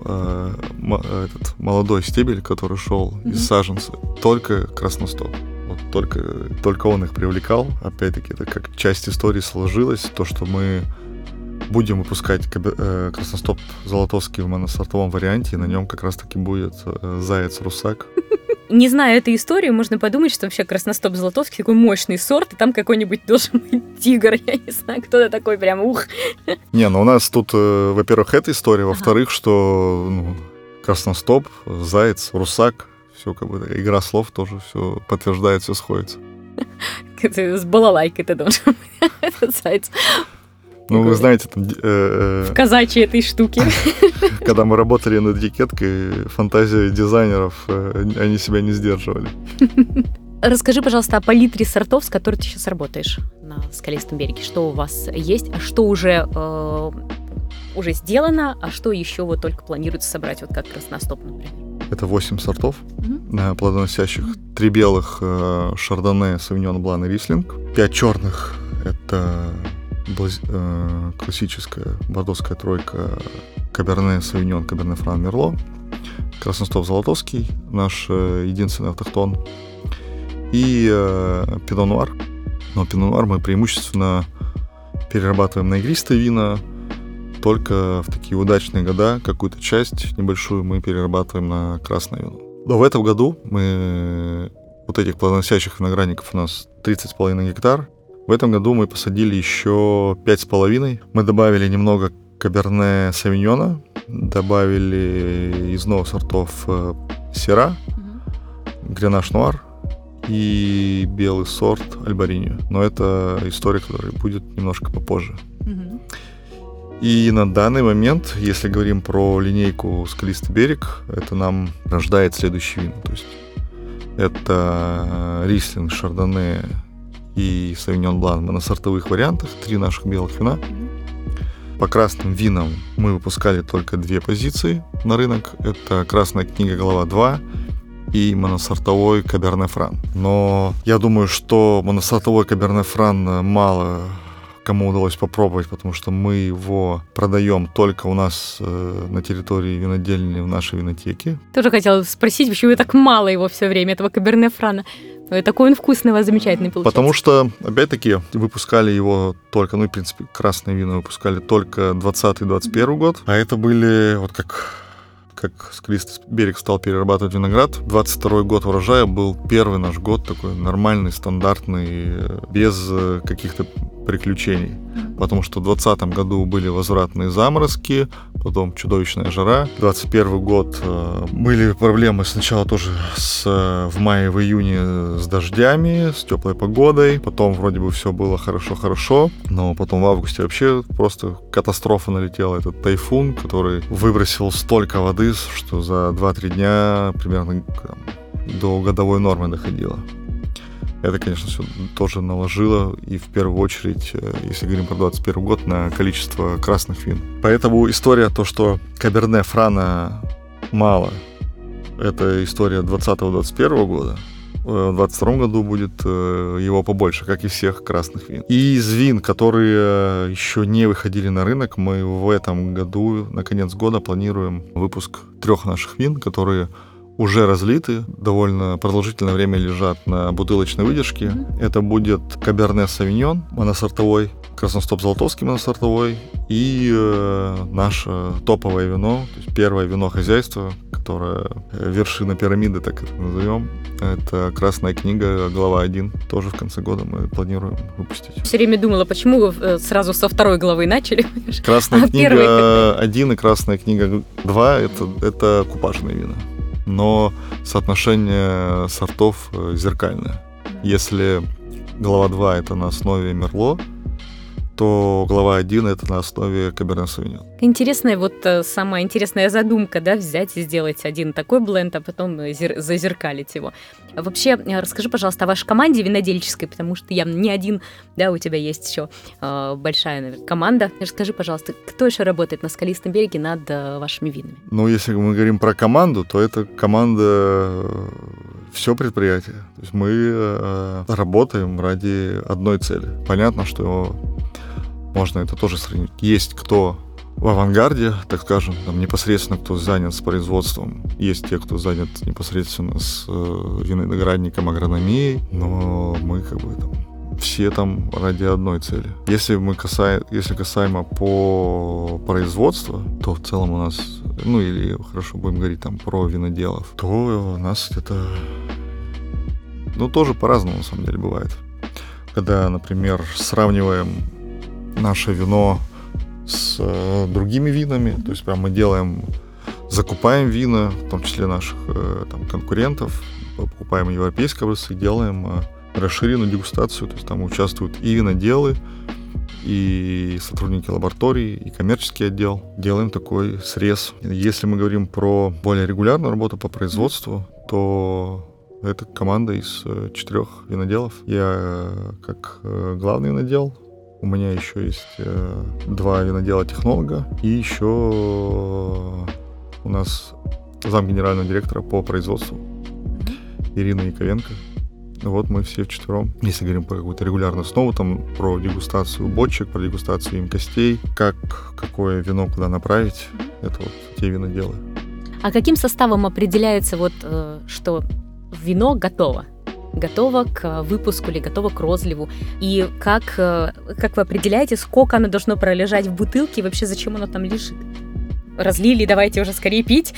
этот молодой стебель, который шел из саженца, только красностоп. Вот только он их привлекал. Опять-таки, это как часть истории сложилась, то, что мы будем выпускать красностоп Золотовский в моносортовом варианте, и на нем как раз-таки будет заяц-русак. Не зная этой истории, можно подумать, что вообще красностоп Золотовский такой мощный сорт, и там какой-нибудь должен быть тигр, я не знаю, кто-то такой прям ух. Не, ну у нас тут, во-первых, эта история, во-вторых, что красностоп, заяц, русак, все как бы игра слов тоже все подтверждает, все сходится. С балалайкой ты должен быть, этот заяц. Ну, вы знаете, там... в казачьей этой штуке. Когда мы работали над этикеткой, фантазия дизайнеров, они себя не сдерживали. Расскажи, пожалуйста, о палитре сортов, с которой ты сейчас работаешь на Скалистом береге. Что у вас есть, а что уже сделано, а что еще вот только планируется собрать, вот как красностоп, например? Это 8 сортов плодоносящих. 3 белых шардоне, савиньон, блан и рислинг. 5 черных — это классическая бордоская тройка каберне савиньон, каберне фран, мерло. Красностоп Золотовский, наш единственный автохтон. И пино нуар. Но пино нуар мы преимущественно перерабатываем на игристые вина. Только в такие удачные года какую-то часть небольшую мы перерабатываем на красное вино. Но в этом году мы вот этих плодоносящих виноградников у нас 30,5 гектар. В этом году мы посадили еще 5,5. Мы добавили немного каберне савиньона, добавили из новых сортов сера, гренаш нуар и белый сорт альбариньо. Но это история, которая будет немножко попозже. И на данный момент, если говорим про линейку «Скалистый берег», это нам рождает следующий вин. То есть это рислинг, шардоне и савиньон блан в моносортовых вариантах, 3 наших белых вина. По красным винам мы выпускали только 2 позиции на рынок. Это «Красная книга Голова 2» и моносортовой каберне фран. Но я думаю, что моносортовой каберне фран мало кому удалось попробовать, потому что мы его продаем только у нас на территории винодельни в нашей винотеке. Тоже хотела спросить, почему так мало его все время, этого каберне франа. Такой он вкусный, у вас замечательный получается. Потому что, опять-таки, выпускали его только, в принципе, красные вина выпускали только 2020-2021 год, а это были, вот как Скалистый берег стал перерабатывать виноград. 22 год урожая был первый наш год такой нормальный, стандартный, без каких-то приключений. Потому что в 2020 году были возвратные заморозки, потом чудовищная жара. 2021 год были проблемы сначала тоже в мае, в июне с дождями, с теплой погодой. Потом вроде бы все было хорошо-хорошо, но потом в августе вообще просто катастрофа налетела. Этот тайфун, который выбросил столько воды, что за 2-3 дня примерно до годовой нормы доходило. Это, конечно, все тоже наложило, и в первую очередь, если говорим про 2021 год, на количество красных вин. Поэтому история, то, что каберне франа мало, это история 2020-2021 года. В 2022 году будет его побольше, как и всех красных вин. И из вин, которые еще не выходили на рынок, мы в этом году, на конец года, планируем выпуск 3 наших вин, которые уже разлиты, довольно продолжительное время лежат на бутылочной выдержке. Это будет каберне савиньон моносортовой, красностоп Золотовский моносортовой и наше топовое вино, то есть первое вино хозяйства, которое вершина пирамиды, так это назовем. Это «Красная книга Глава 1». Тоже в конце года мы планируем выпустить. Все время думала, почему вы сразу со 2 главы начали? «Красная книга 1» и «Красная книга 2» — это купажные вина. Но соотношение сортов зеркальное. Если глава 2 — это на основе мерло, то глава 1 — это на основе Каберне Савиньон. Интересная самая интересная задумка, да, взять и сделать один такой бленд, а потом зазеркалить его. Вообще, расскажи, пожалуйста, о вашей команде винодельческой, потому что я не один, да, у тебя есть еще большая, наверное, команда. Расскажи, пожалуйста, кто еще работает на Скалистом береге над вашими винами? Если мы говорим про команду, то это команда все предприятие. То есть мы работаем ради одной цели. Понятно, что можно это тоже сравнить. Есть кто в авангарде, так скажем, там непосредственно кто занят с производством, есть те, кто занят непосредственно с виноградником, агрономией, но мы все там ради одной цели. Если касаемо по производству, то в целом у нас, или хорошо будем говорить там про виноделов, то у нас это, тоже по-разному на самом деле бывает. Когда, например, сравниваем наше вино с другими винами, то есть прям мы закупаем вина, в том числе наших конкурентов, покупаем европейские образцы, делаем расширенную дегустацию, то есть там участвуют и виноделы, и сотрудники лаборатории, и коммерческий отдел. Делаем такой срез. Если мы говорим про более регулярную работу по производству, то это команда из 4 виноделов. Я как главный винодел. У меня еще есть 2 винодела-технолога. И еще у нас зам генерального директора по производству Ирина Яковенко. Мы все вчетвером. Если говорим про какую-то регулярную основу, там про дегустацию бочек, про дегустацию имкостей, какое вино куда направить, это те виноделы. А каким составом определяется что вино готово? Готово к выпуску или готово к розливу? И как вы определяете, сколько оно должно пролежать в бутылке и вообще зачем оно там лежит? Разлили, давайте уже скорее пить.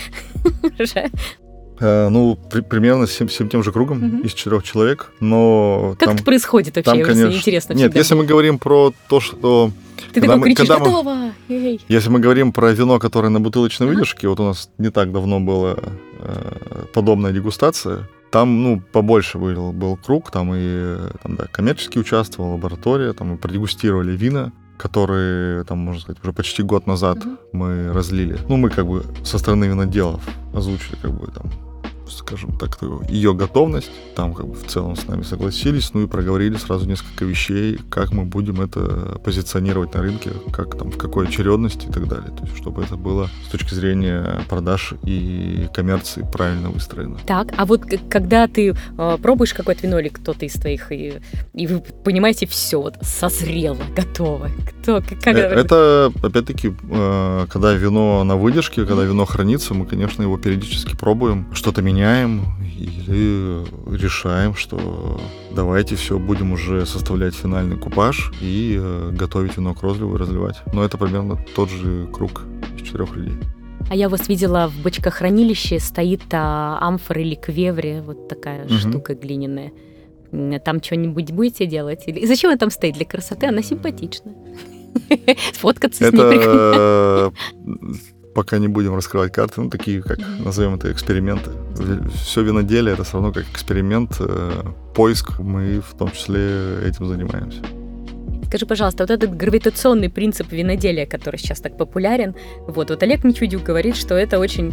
Примерно всем тем же кругом из 4 человек, но как это происходит вообще? Конечно, интересно. Нет, если мы говорим про то, что... Ты такой кричишь, готово! Если мы говорим про вино, которое на бутылочной выдержке, у нас не так давно была подобная дегустация, там, побольше был круг, коммерчески участвовала лаборатория, мы продегустировали вина, которые, можно сказать, уже почти год назад мы разлили. Мы со стороны виноделов озвучили, скажем так, ее готовность. Там в целом с нами согласились, и проговорили сразу несколько вещей, как мы будем это позиционировать на рынке, в какой очередности и так далее. То есть, чтобы это было с точки зрения продаж и коммерции правильно выстроено. Так, а когда ты пробуешь какое-то вино или кто-то из твоих, и вы понимаете, все, созрело, готово. Это, опять-таки, когда вино на выдержке, когда вино хранится, мы, конечно, его периодически пробуем, что-то меняем или решаем, что давайте будем уже составлять финальный купаж и готовить вино к розливу и разливать. Но это примерно тот же круг из 4 людей. А я вас видела в бочкохранилище, стоит амфора или квеври, такая штука глиняная. Там что-нибудь будете делать? Или зачем она там стоит? Для красоты? Она симпатичная. Сфоткаться с ней прикольно. Пока не будем раскрывать карты, такие, как назовем это, эксперименты. Все виноделие — это все равно как эксперимент, поиск. Мы в том числе этим занимаемся. Скажи, пожалуйста, этот гравитационный принцип виноделия, который сейчас так популярен, Олег Мичудюк говорит, что это очень,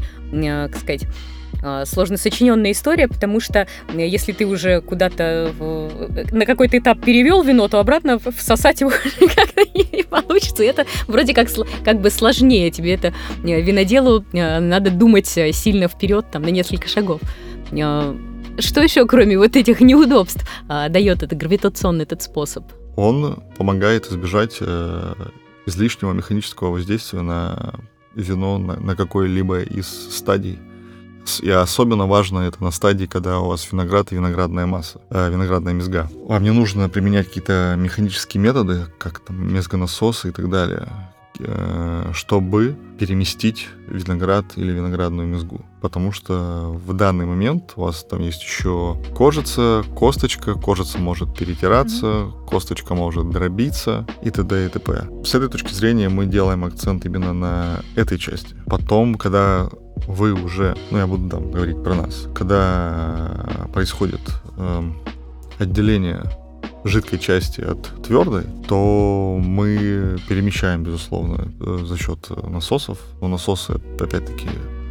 сложно сочиненная история, потому что если ты уже куда-то на какой-то этап перевел вино, то обратно всосать его как-то не получится. И это вроде как бы сложнее. Тебе это виноделу надо думать сильно вперед, на несколько шагов. Что еще, кроме этих неудобств, дает этот гравитационный способ? Он помогает избежать излишнего механического воздействия на вино на какой-либо из стадий. И особенно важно это на стадии, когда у вас виноград и виноградная масса, виноградная мезга. Вам не нужно применять какие-то механические методы, как мезгонасосы и так далее, чтобы переместить виноград или виноградную мезгу. Потому что в данный момент у вас там есть еще кожица может перетираться, косточка может дробиться и т.д. и т.п. С этой точки зрения мы делаем акцент именно на этой части. Потом, когда вы уже, я буду говорить про нас, когда происходит отделение жидкой части от твердой, то мы перемещаем, безусловно, за счет насосов. Но насосы, опять-таки,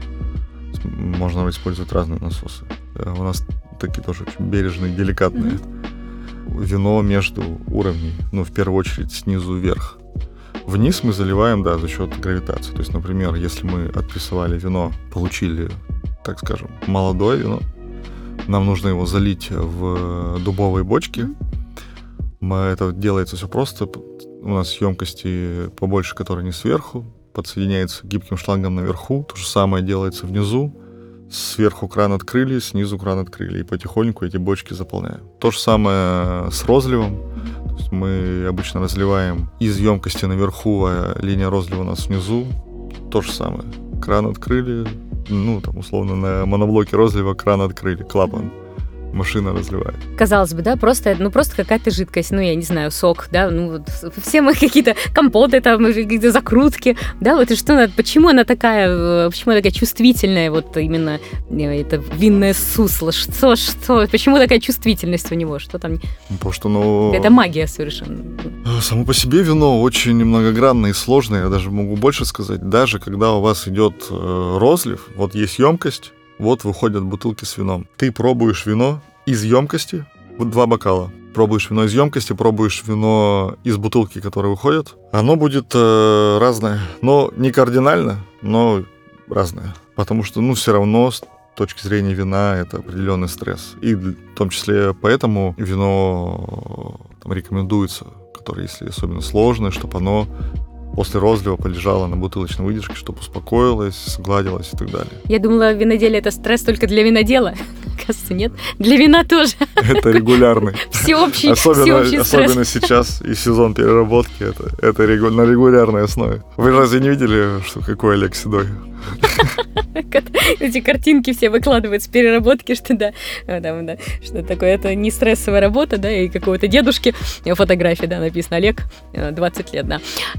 можно использовать разные насосы. У нас такие тоже очень бережные, деликатные. Вино между уровней, в первую очередь снизу вверх. Вниз мы заливаем, за счет гравитации. То есть, например, если мы отпрессовали вино, получили, так скажем, молодое вино, нам нужно его залить в дубовые бочки. Это делается все просто. У нас емкости побольше, которые не сверху, подсоединяется гибким шлангом наверху. То же самое делается внизу. Сверху кран открыли, снизу кран открыли. И потихоньку эти бочки заполняем. То же самое с розливом. То есть мы обычно разливаем из емкости наверху, а линия розлива у нас внизу. То же самое. Кран открыли, условно, на моноблоке розлива кран открыли, клапан. Машина разливает. Казалось бы, просто какая-то жидкость, я не знаю, сок, все мы какие-то компоты, какие-то закрутки, и что, почему она такая чувствительная, именно это винное сусло, почему такая чувствительность у него, что там? Потому что, это магия совершенно. Само по себе вино очень многогранное и сложное, я даже могу больше сказать, даже когда у вас идет розлив, есть емкость, выходят бутылки с вином. Ты пробуешь вино из емкости, 2 бокала. Пробуешь вино из емкости, пробуешь вино из бутылки, которая выходит. Оно будет разное. Но не кардинально, но разное. Потому что, все равно с точки зрения вина это определенный стресс. И в том числе поэтому вино рекомендуется, которое, если особенно сложное, чтобы оно после розлива полежала на бутылочной выдержке, чтобы успокоилась, сгладилась и так далее. Я думала, виноделие — это стресс только для винодела. Кажется, нет. Для вина тоже. Это регулярный. Всеобщий стресс. Особенно стресс. Сейчас и сезон переработки. Это на регулярной основе. Вы разве не видели, какой Олег седой? Эти картинки все выкладывают с переработки, что что такое, это не стрессовая работа, и какого-то дедушки, фотографии, написано Олег, 20 лет,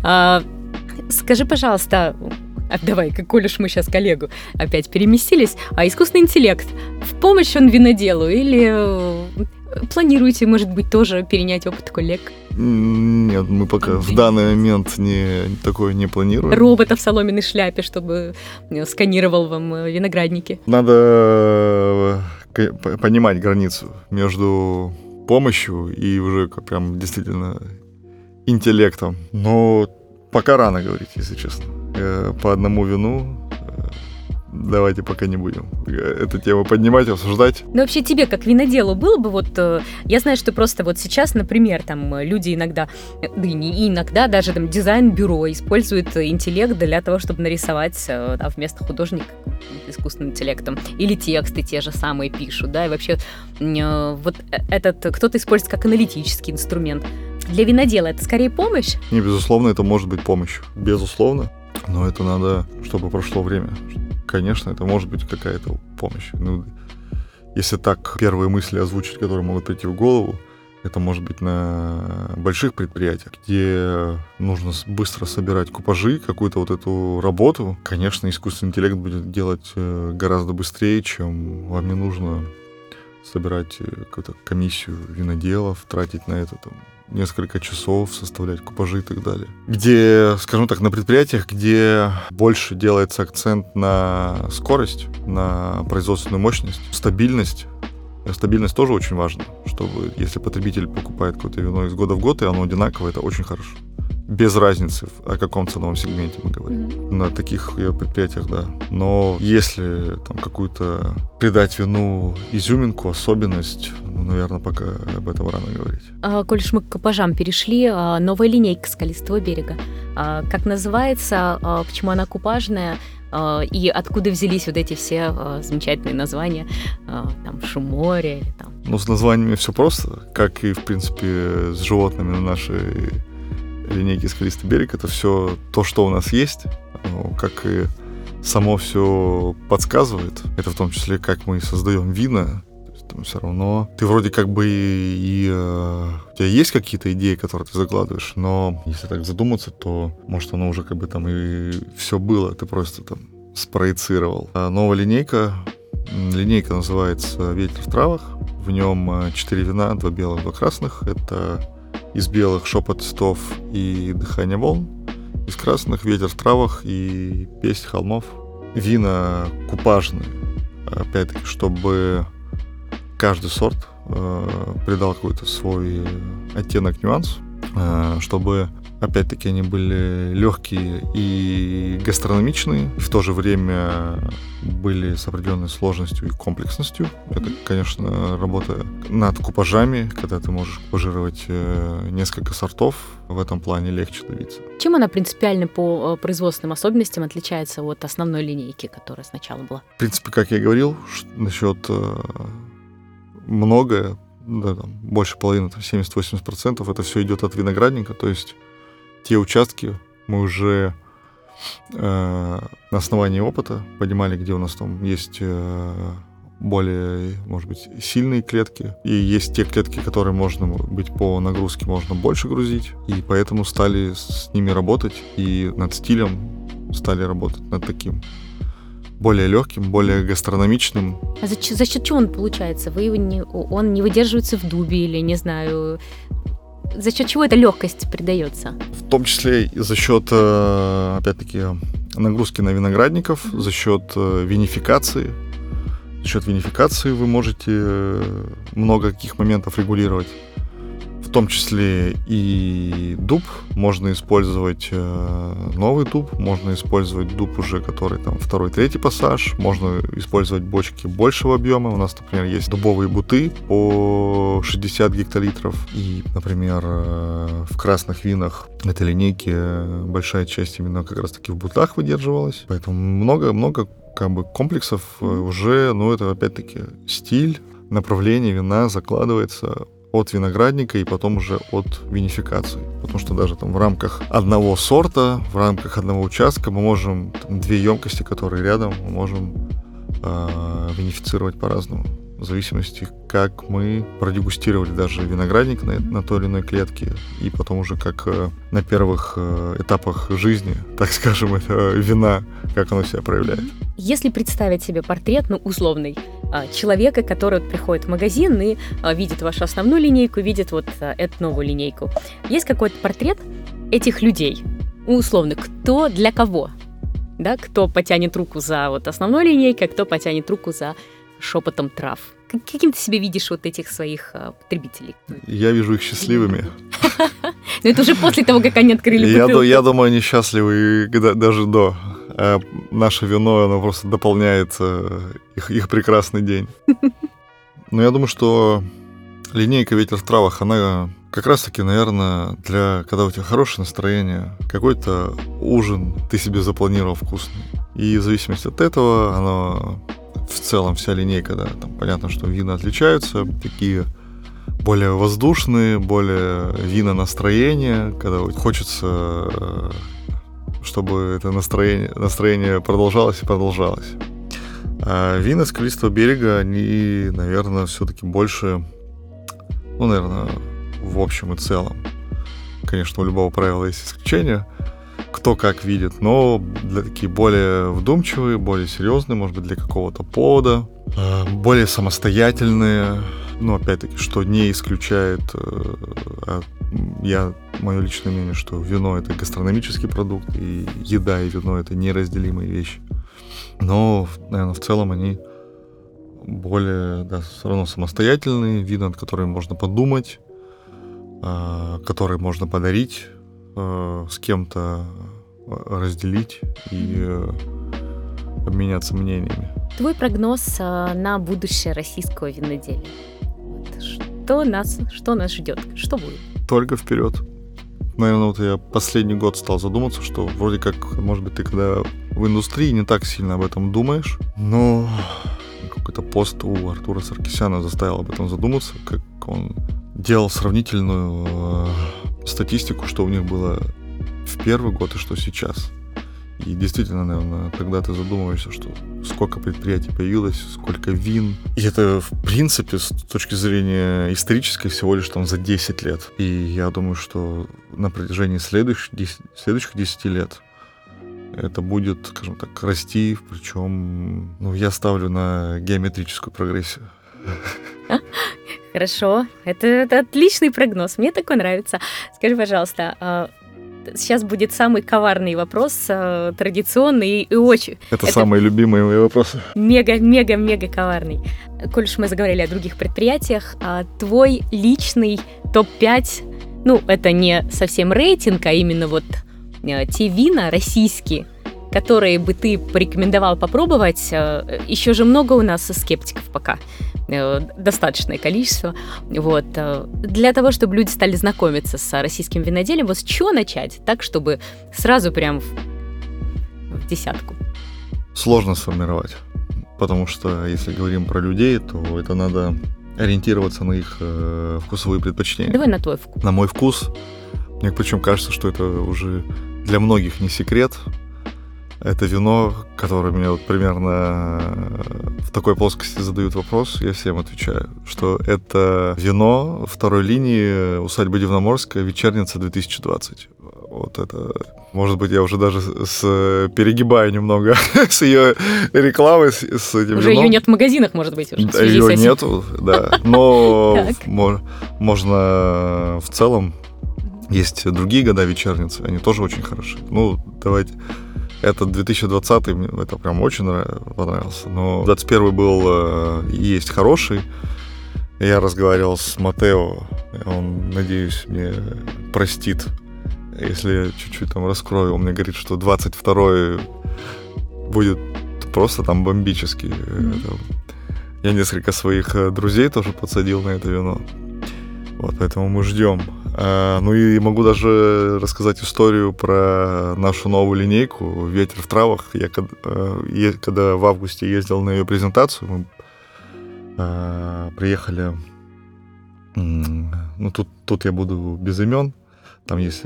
Скажи, пожалуйста, давай, коль уж мы сейчас к Олегу опять переместились, искусственный интеллект в помощь он виноделу или планируете, может быть, тоже перенять опыт коллег? Нет, мы пока в данный момент такое не планируем. Робота в соломенной шляпе, чтобы сканировал вам виноградники. Надо понимать границу между помощью и уже прям действительно интеллектом. Но пока рано говорить, если честно. По одному вину давайте пока не будем эту тему поднимать, обсуждать. Вообще тебе, как виноделу, было бы я знаю, что просто сейчас, например, люди иногда, и не иногда, даже дизайн-бюро использует интеллект для того, чтобы нарисовать вместо художника искусственным интеллектом. Или тексты те же самые пишут, и вообще этот кто-то использует как аналитический инструмент. Для винодела это скорее помощь? Не, безусловно, это может быть помощью. Безусловно. Но это надо, чтобы прошло время. Конечно, это может быть какая-то помощь. Если так первые мысли озвучить, которые могут прийти в голову, это может быть на больших предприятиях, где нужно быстро собирать купажи, какую-то эту работу. Конечно, искусственный интеллект будет делать гораздо быстрее, чем вам не нужно собирать какую-то комиссию виноделов, тратить на это несколько часов, составлять купажи и так далее. Где, скажем так, на предприятиях, где больше делается акцент на скорость, на производственную мощность, стабильность. Стабильность тоже очень важна, чтобы, если потребитель покупает какое-то вино из года в год, и оно одинаковое, это очень хорошо. Без разницы, о каком ценовом сегменте мы говорим. На таких предприятиях, да. Но если какую-то придать вину изюминку, особенность, наверное, пока об этом рано говорить. Коль уж мы к купажам перешли, новая линейка «Скалистого берега». Как называется, почему она купажная, и откуда взялись эти все замечательные названия, Шуморе или с названиями все просто, как и, в принципе, с животными на нашей линейке «Скалистый берег». Это все то, что у нас есть, как и само все подсказывает. Это в том числе, как мы создаем вина. Все равно ты вроде у тебя есть какие-то идеи, которые ты закладываешь, но если так задуматься, то может оно уже и все было, ты просто спроецировал. А новая линейка называется «Ветер в травах». В нем 4 вина, 2 белых, 2 красных. Это из белых «Шепот цветов» и «Дыхание волн». Из красных «Ветер в травах» и «Песнь холмов». Вина купажные. Опять-таки, чтобы каждый сорт придал какой-то свой оттенок, нюанс, чтобы, опять-таки, они были легкие и гастрономичные, и в то же время были с определенной сложностью и комплексностью. Это, конечно, работа над купажами, когда ты можешь купажировать несколько сортов, в этом плане легче добиться. Чем она принципиально по производственным особенностям отличается от основной линейки, которая сначала была? В принципе, как я и говорил, насчет многое, да, там, больше половины, 70-80%, это все идет от виноградника, то есть те участки мы уже на основании опыта понимали, где у нас там есть более, может быть, сильные клетки, и есть те клетки, которые, можно быть, по нагрузке можно больше грузить, и поэтому стали с ними работать, и над стилем стали работать, над таким более легким, более гастрономичным. А за счет чего он получается? Он не выдерживается в дубе или, не знаю, за счет чего эта легкость придается? В том числе и за счет, опять-таки, нагрузки на виноградников, за счет винификации. За счет винификации вы можете много каких моментов регулировать. В том числе и дуб. Можно использовать новый дуб, можно использовать дуб уже, который там 2-3 пассаж, можно использовать бочки большего объема. У нас, например, есть дубовые буты по 60 гектолитров. И, например, в красных винах этой линейки большая часть именно как раз-таки в бутах выдерживалась. Поэтому много как бы комплексов уже, это опять-таки стиль, направление вина закладывается от виноградника и потом уже от винификации. Потому что даже там в рамках одного сорта, в рамках одного участка мы можем 2 емкости, которые рядом, мы можем винифицировать по-разному. В зависимости, как мы продегустировали даже виноградник на той или иной клетке, и потом уже как на первых этапах жизни, так скажем, это вина, как оно себя проявляет. Если представить себе портрет, условный, человека, который приходит в магазин и видит вашу основную линейку, видит вот эту новую линейку, есть какой-то портрет этих людей, условно, кто для кого? Да, кто потянет руку за вот основной линейкой, а кто потянет руку за шепотом трав. Каким ты себе видишь вот этих своих потребителей? Я вижу их счастливыми. Но это уже после того, как они открыли бутылку. Я думаю, они счастливы даже до. А наше вино, оно просто дополняет их прекрасный день. Но я думаю, что линейка «Ветер в травах», она как раз-таки, наверное, когда у тебя хорошее настроение, какой-то ужин ты себе запланировал вкусный. И в зависимости от этого, оно в целом вся линейка, да, там понятно, что вина отличаются, такие более воздушные, более вина настроения, когда хочется, чтобы это настроение продолжалось и продолжалось. А вина «Скалистого берега», они, наверное, все-таки больше, наверное, в общем и целом. Конечно, у любого правила есть исключения, кто как видит, но для такие более вдумчивые, более серьезные, может быть, для какого-то повода, более самостоятельные, опять-таки, что не исключает, мое личное мнение, что вино — это гастрономический продукт, и еда и вино — это неразделимые вещи. Но, наверное, в целом они более, все равно самостоятельные, вина, над которыми можно подумать, которые можно подарить, с кем-то разделить и обменяться мнениями. Твой прогноз на будущее российского виноделия? Что нас ждет? Что будет? Только вперед. Наверное, я последний год стал задуматься, что вроде как, может быть, ты когда в индустрии не так сильно об этом думаешь, но какой-то пост у Артура Саркисяна заставил об этом задуматься, как он делал сравнительную статистику, что у них было в первый год и что сейчас. И действительно, наверное, тогда ты задумываешься, что сколько предприятий появилось, сколько вин. И это, в принципе, с точки зрения исторической, всего лишь там за 10 лет. И я думаю, что на протяжении следующих 10 лет это будет, скажем так, расти, причем, я ставлю на геометрическую прогрессию. Хорошо, это отличный прогноз, мне такой нравится. Скажи, пожалуйста, сейчас будет самый коварный вопрос, традиционный и очень... Это самые любимые мои вопросы. Мега коварный. Коль уж мы заговорили о других предприятиях, твой личный топ-5, ну, это не совсем рейтинг, а именно вот те вина российские, которые бы ты порекомендовал попробовать. Еще же много у нас скептиков пока. Достаточное количество. Вот. Для того, чтобы люди стали знакомиться с российским виноделием, вот с чего начать, так, чтобы сразу прям в десятку? Сложно сформировать, потому что если говорим про людей, то это надо ориентироваться на их вкусовые предпочтения. Давай на твой вкус. На мой вкус. Мне причем кажется, что это уже для многих не секрет. Это вино, которое мне вот примерно в такой плоскости задают вопрос, я всем отвечаю, что это вино второй линии усадьбы Дивноморская, вечерница 2020. Вот это, может быть, я уже даже перегибаю немного с ее рекламой, с этим уже вином. Ее нет в магазинах, может быть, уже. Ее нету, да. Но можно в целом, есть другие года вечерницы, они тоже очень хороши. Ну, давайте... Этот 2020 мне это прям очень понравился. Но 2021 был есть хороший. Я разговаривал с Матео. Он, надеюсь, мне простит, если я чуть-чуть там раскрою. Он мне говорит, что 22-й будет просто там бомбический. Я несколько своих друзей тоже подсадил на это вино. Вот, поэтому мы ждем. Ну и могу даже рассказать историю про нашу новую линейку «Ветер в травах». Я когда в августе ездил на ее презентацию, мы приехали... Ну, тут я буду без имен. Там есть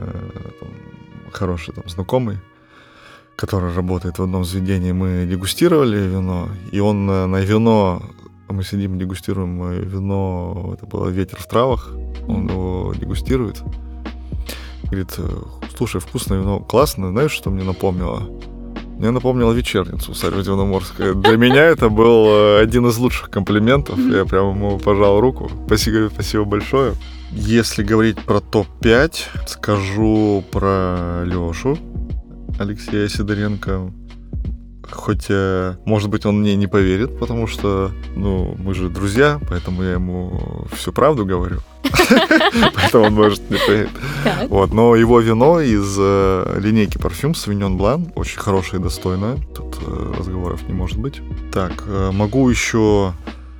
хороший знакомый, который работает в одном заведении. Мы дегустировали вино, и он на вино... Мы сидим, дегустируем вино, это было «Ветер в травах», он его дегустирует. Говорит, слушай, вкусное вино, классное, знаешь, что мне напомнило? Мне напомнило вечерницу усадьбы Дивноморская. Для меня это был один из лучших комплиментов, я прямо ему пожал руку. Спасибо большое. Если говорить про топ-5, скажу про Лёшу Алексея Сидоренко. Хоть, может быть, он мне не поверит, потому что, мы же друзья, поэтому я ему всю правду говорю. Поэтому он может не поверить. Вот, но его вино из линейки парфюм Sauvignon Blanc очень хорошее и достойное. Тут разговоров не может быть. Так, могу еще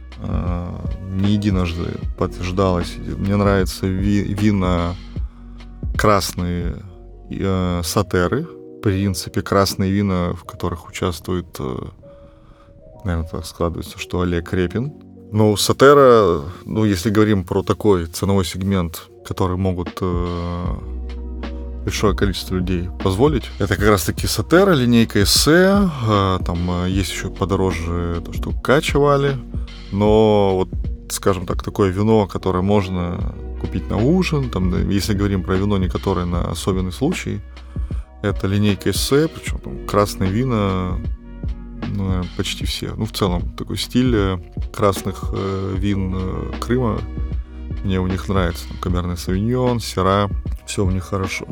не единожды подтверждалось. Мне нравятся вина красные Сатеры. В принципе, красные вина, в которых участвует, наверное, так складывается, что Олег Репин. Но Сатера, если говорим про такой ценовой сегмент, который могут большое количество людей позволить, это как раз-таки Сатера, линейка Эссе, там есть еще подороже то, что Качевали, но вот, скажем так, такое вино, которое можно купить на ужин, там, если говорим про вино, не которое на особенный случай, это линейка Эссе, причем там красные вина, почти все. В целом, такой стиль красных вин Крыма. Мне у них нравится. Там Каберне Савиньон, Сира, все у них хорошо.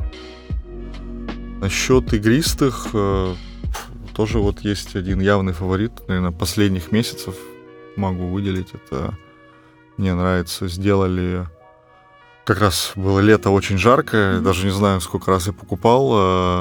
Насчет игристых, тоже вот есть один явный фаворит, наверное, последних месяцев могу выделить. Это мне нравится, сделали... Как раз было лето очень жаркое, даже не знаю, сколько раз я покупал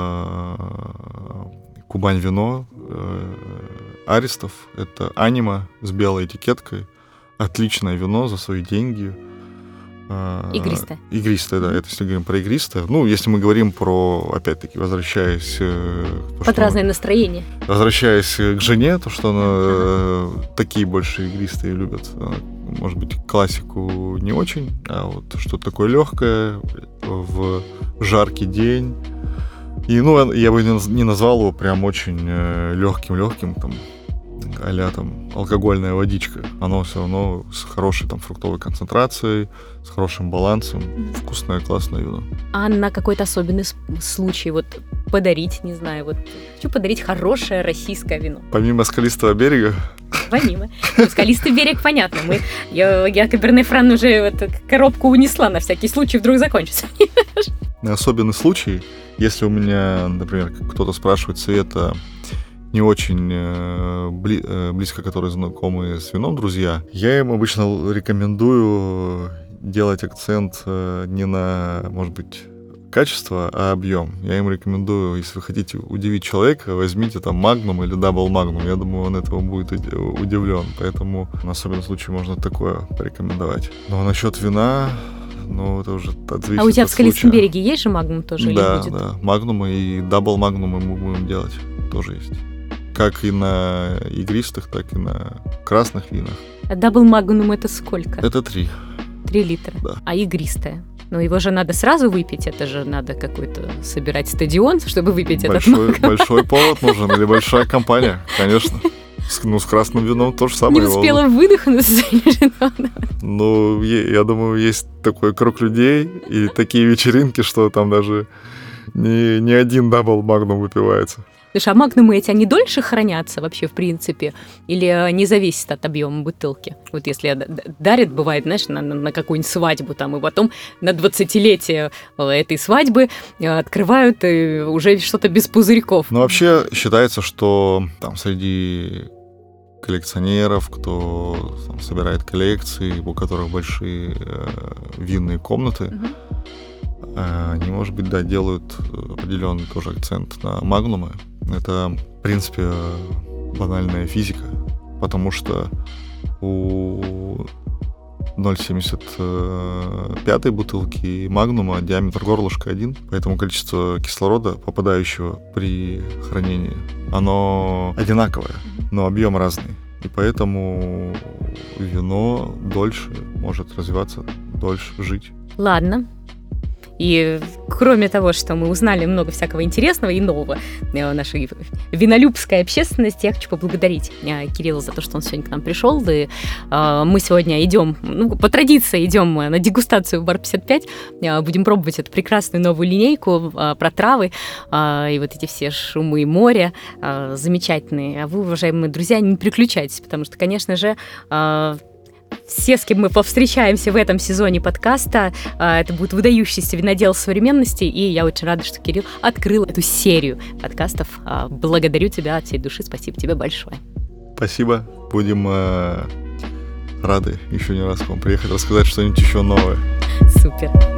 Кубань вино Аристов. Это Анима с белой этикеткой. Отличное вино за свои деньги. Игристое. Игристое, да. Это если говорим про игристое. Если мы говорим про, опять-таки, возвращаясь... Под разные настроения. Возвращаясь к жене, то, что она такие больше игристые любит. Может быть, классику не очень, а вот что-то такое легкое в жаркий день. И, я бы не назвал его прям очень легким, там, а-ля там алкогольная водичка. Оно все равно с хорошей там фруктовой концентрацией, с хорошим балансом. Вкусное, классное вино. А на какой-то особенный случай, вот подарить, не знаю, вот хочу подарить хорошее российское вино. Помимо «Скалистого берега»? Помимо. «Скалистый берег», понятно. Я Каберне Фран уже коробку унесла на всякий случай, вдруг закончится. Особенный случай, если у меня, например, кто-то спрашивает совета не очень близко, которые знакомы с вином друзья, я им обычно рекомендую делать акцент не на, может быть, качество, а объем. Я им рекомендую, если вы хотите удивить человека, возьмите там Magnum или Double Magnum. Я думаю, он этого будет удивлен. Поэтому на особенном случае можно такое порекомендовать. Но насчет вина, это уже зависит от случая. А у тебя в «Скалистом береге» есть же Magnum тоже? Да, или будет? Да. Magnum и Double Magnum мы будем делать. Тоже есть. Как и на игристых, так и на красных винах. А Double Magnum это сколько? Это 3. 3 литра. Да. А игристое? Его же надо сразу выпить, это же надо какой-то собирать стадион, чтобы выпить этот Magnum. Большой повод нужен или большая компания, конечно. С красным вином то же самое. Не успела выдохнуть. Я думаю, есть такой круг людей и такие вечеринки, что там даже не один Double Magnum выпивается. Слушай, а магнумы эти, они дольше хранятся вообще, в принципе? Или не зависит от объема бутылки? Вот если дарят, бывает, знаешь, на какую-нибудь свадьбу, там, и потом на 20-летие этой свадьбы открывают и уже что-то без пузырьков. Вообще считается, что там среди коллекционеров, кто собирает коллекции, у которых большие винные комнаты, они, может быть, делают определенный тоже акцент на магнумы. Это, в принципе, банальная физика, потому что у 0,75 бутылки магнума диаметр горлышка 1, поэтому количество кислорода, попадающего при хранении, оно одинаковое, но объем разный. И поэтому вино дольше может развиваться, дольше жить. Ладно. И кроме того, что мы узнали много всякого интересного и нового нашей винолюбской общественности, я хочу поблагодарить Кирилла за то, что он сегодня к нам пришел. И мы сегодня идем, по традиции идем на дегустацию в бар 55, будем пробовать эту прекрасную новую линейку про травы и вот эти все шумы моря замечательные. А вы, уважаемые друзья, не переключайтесь, потому что, конечно же, все, с кем мы повстречаемся в этом сезоне подкаста, это будет выдающийся винодел современности, и я очень рада, что Кирилл открыл эту серию подкастов. Благодарю тебя от всей души, спасибо тебе большое. Спасибо, будем рады еще не раз к вам приехать, рассказать что-нибудь еще новое. Супер.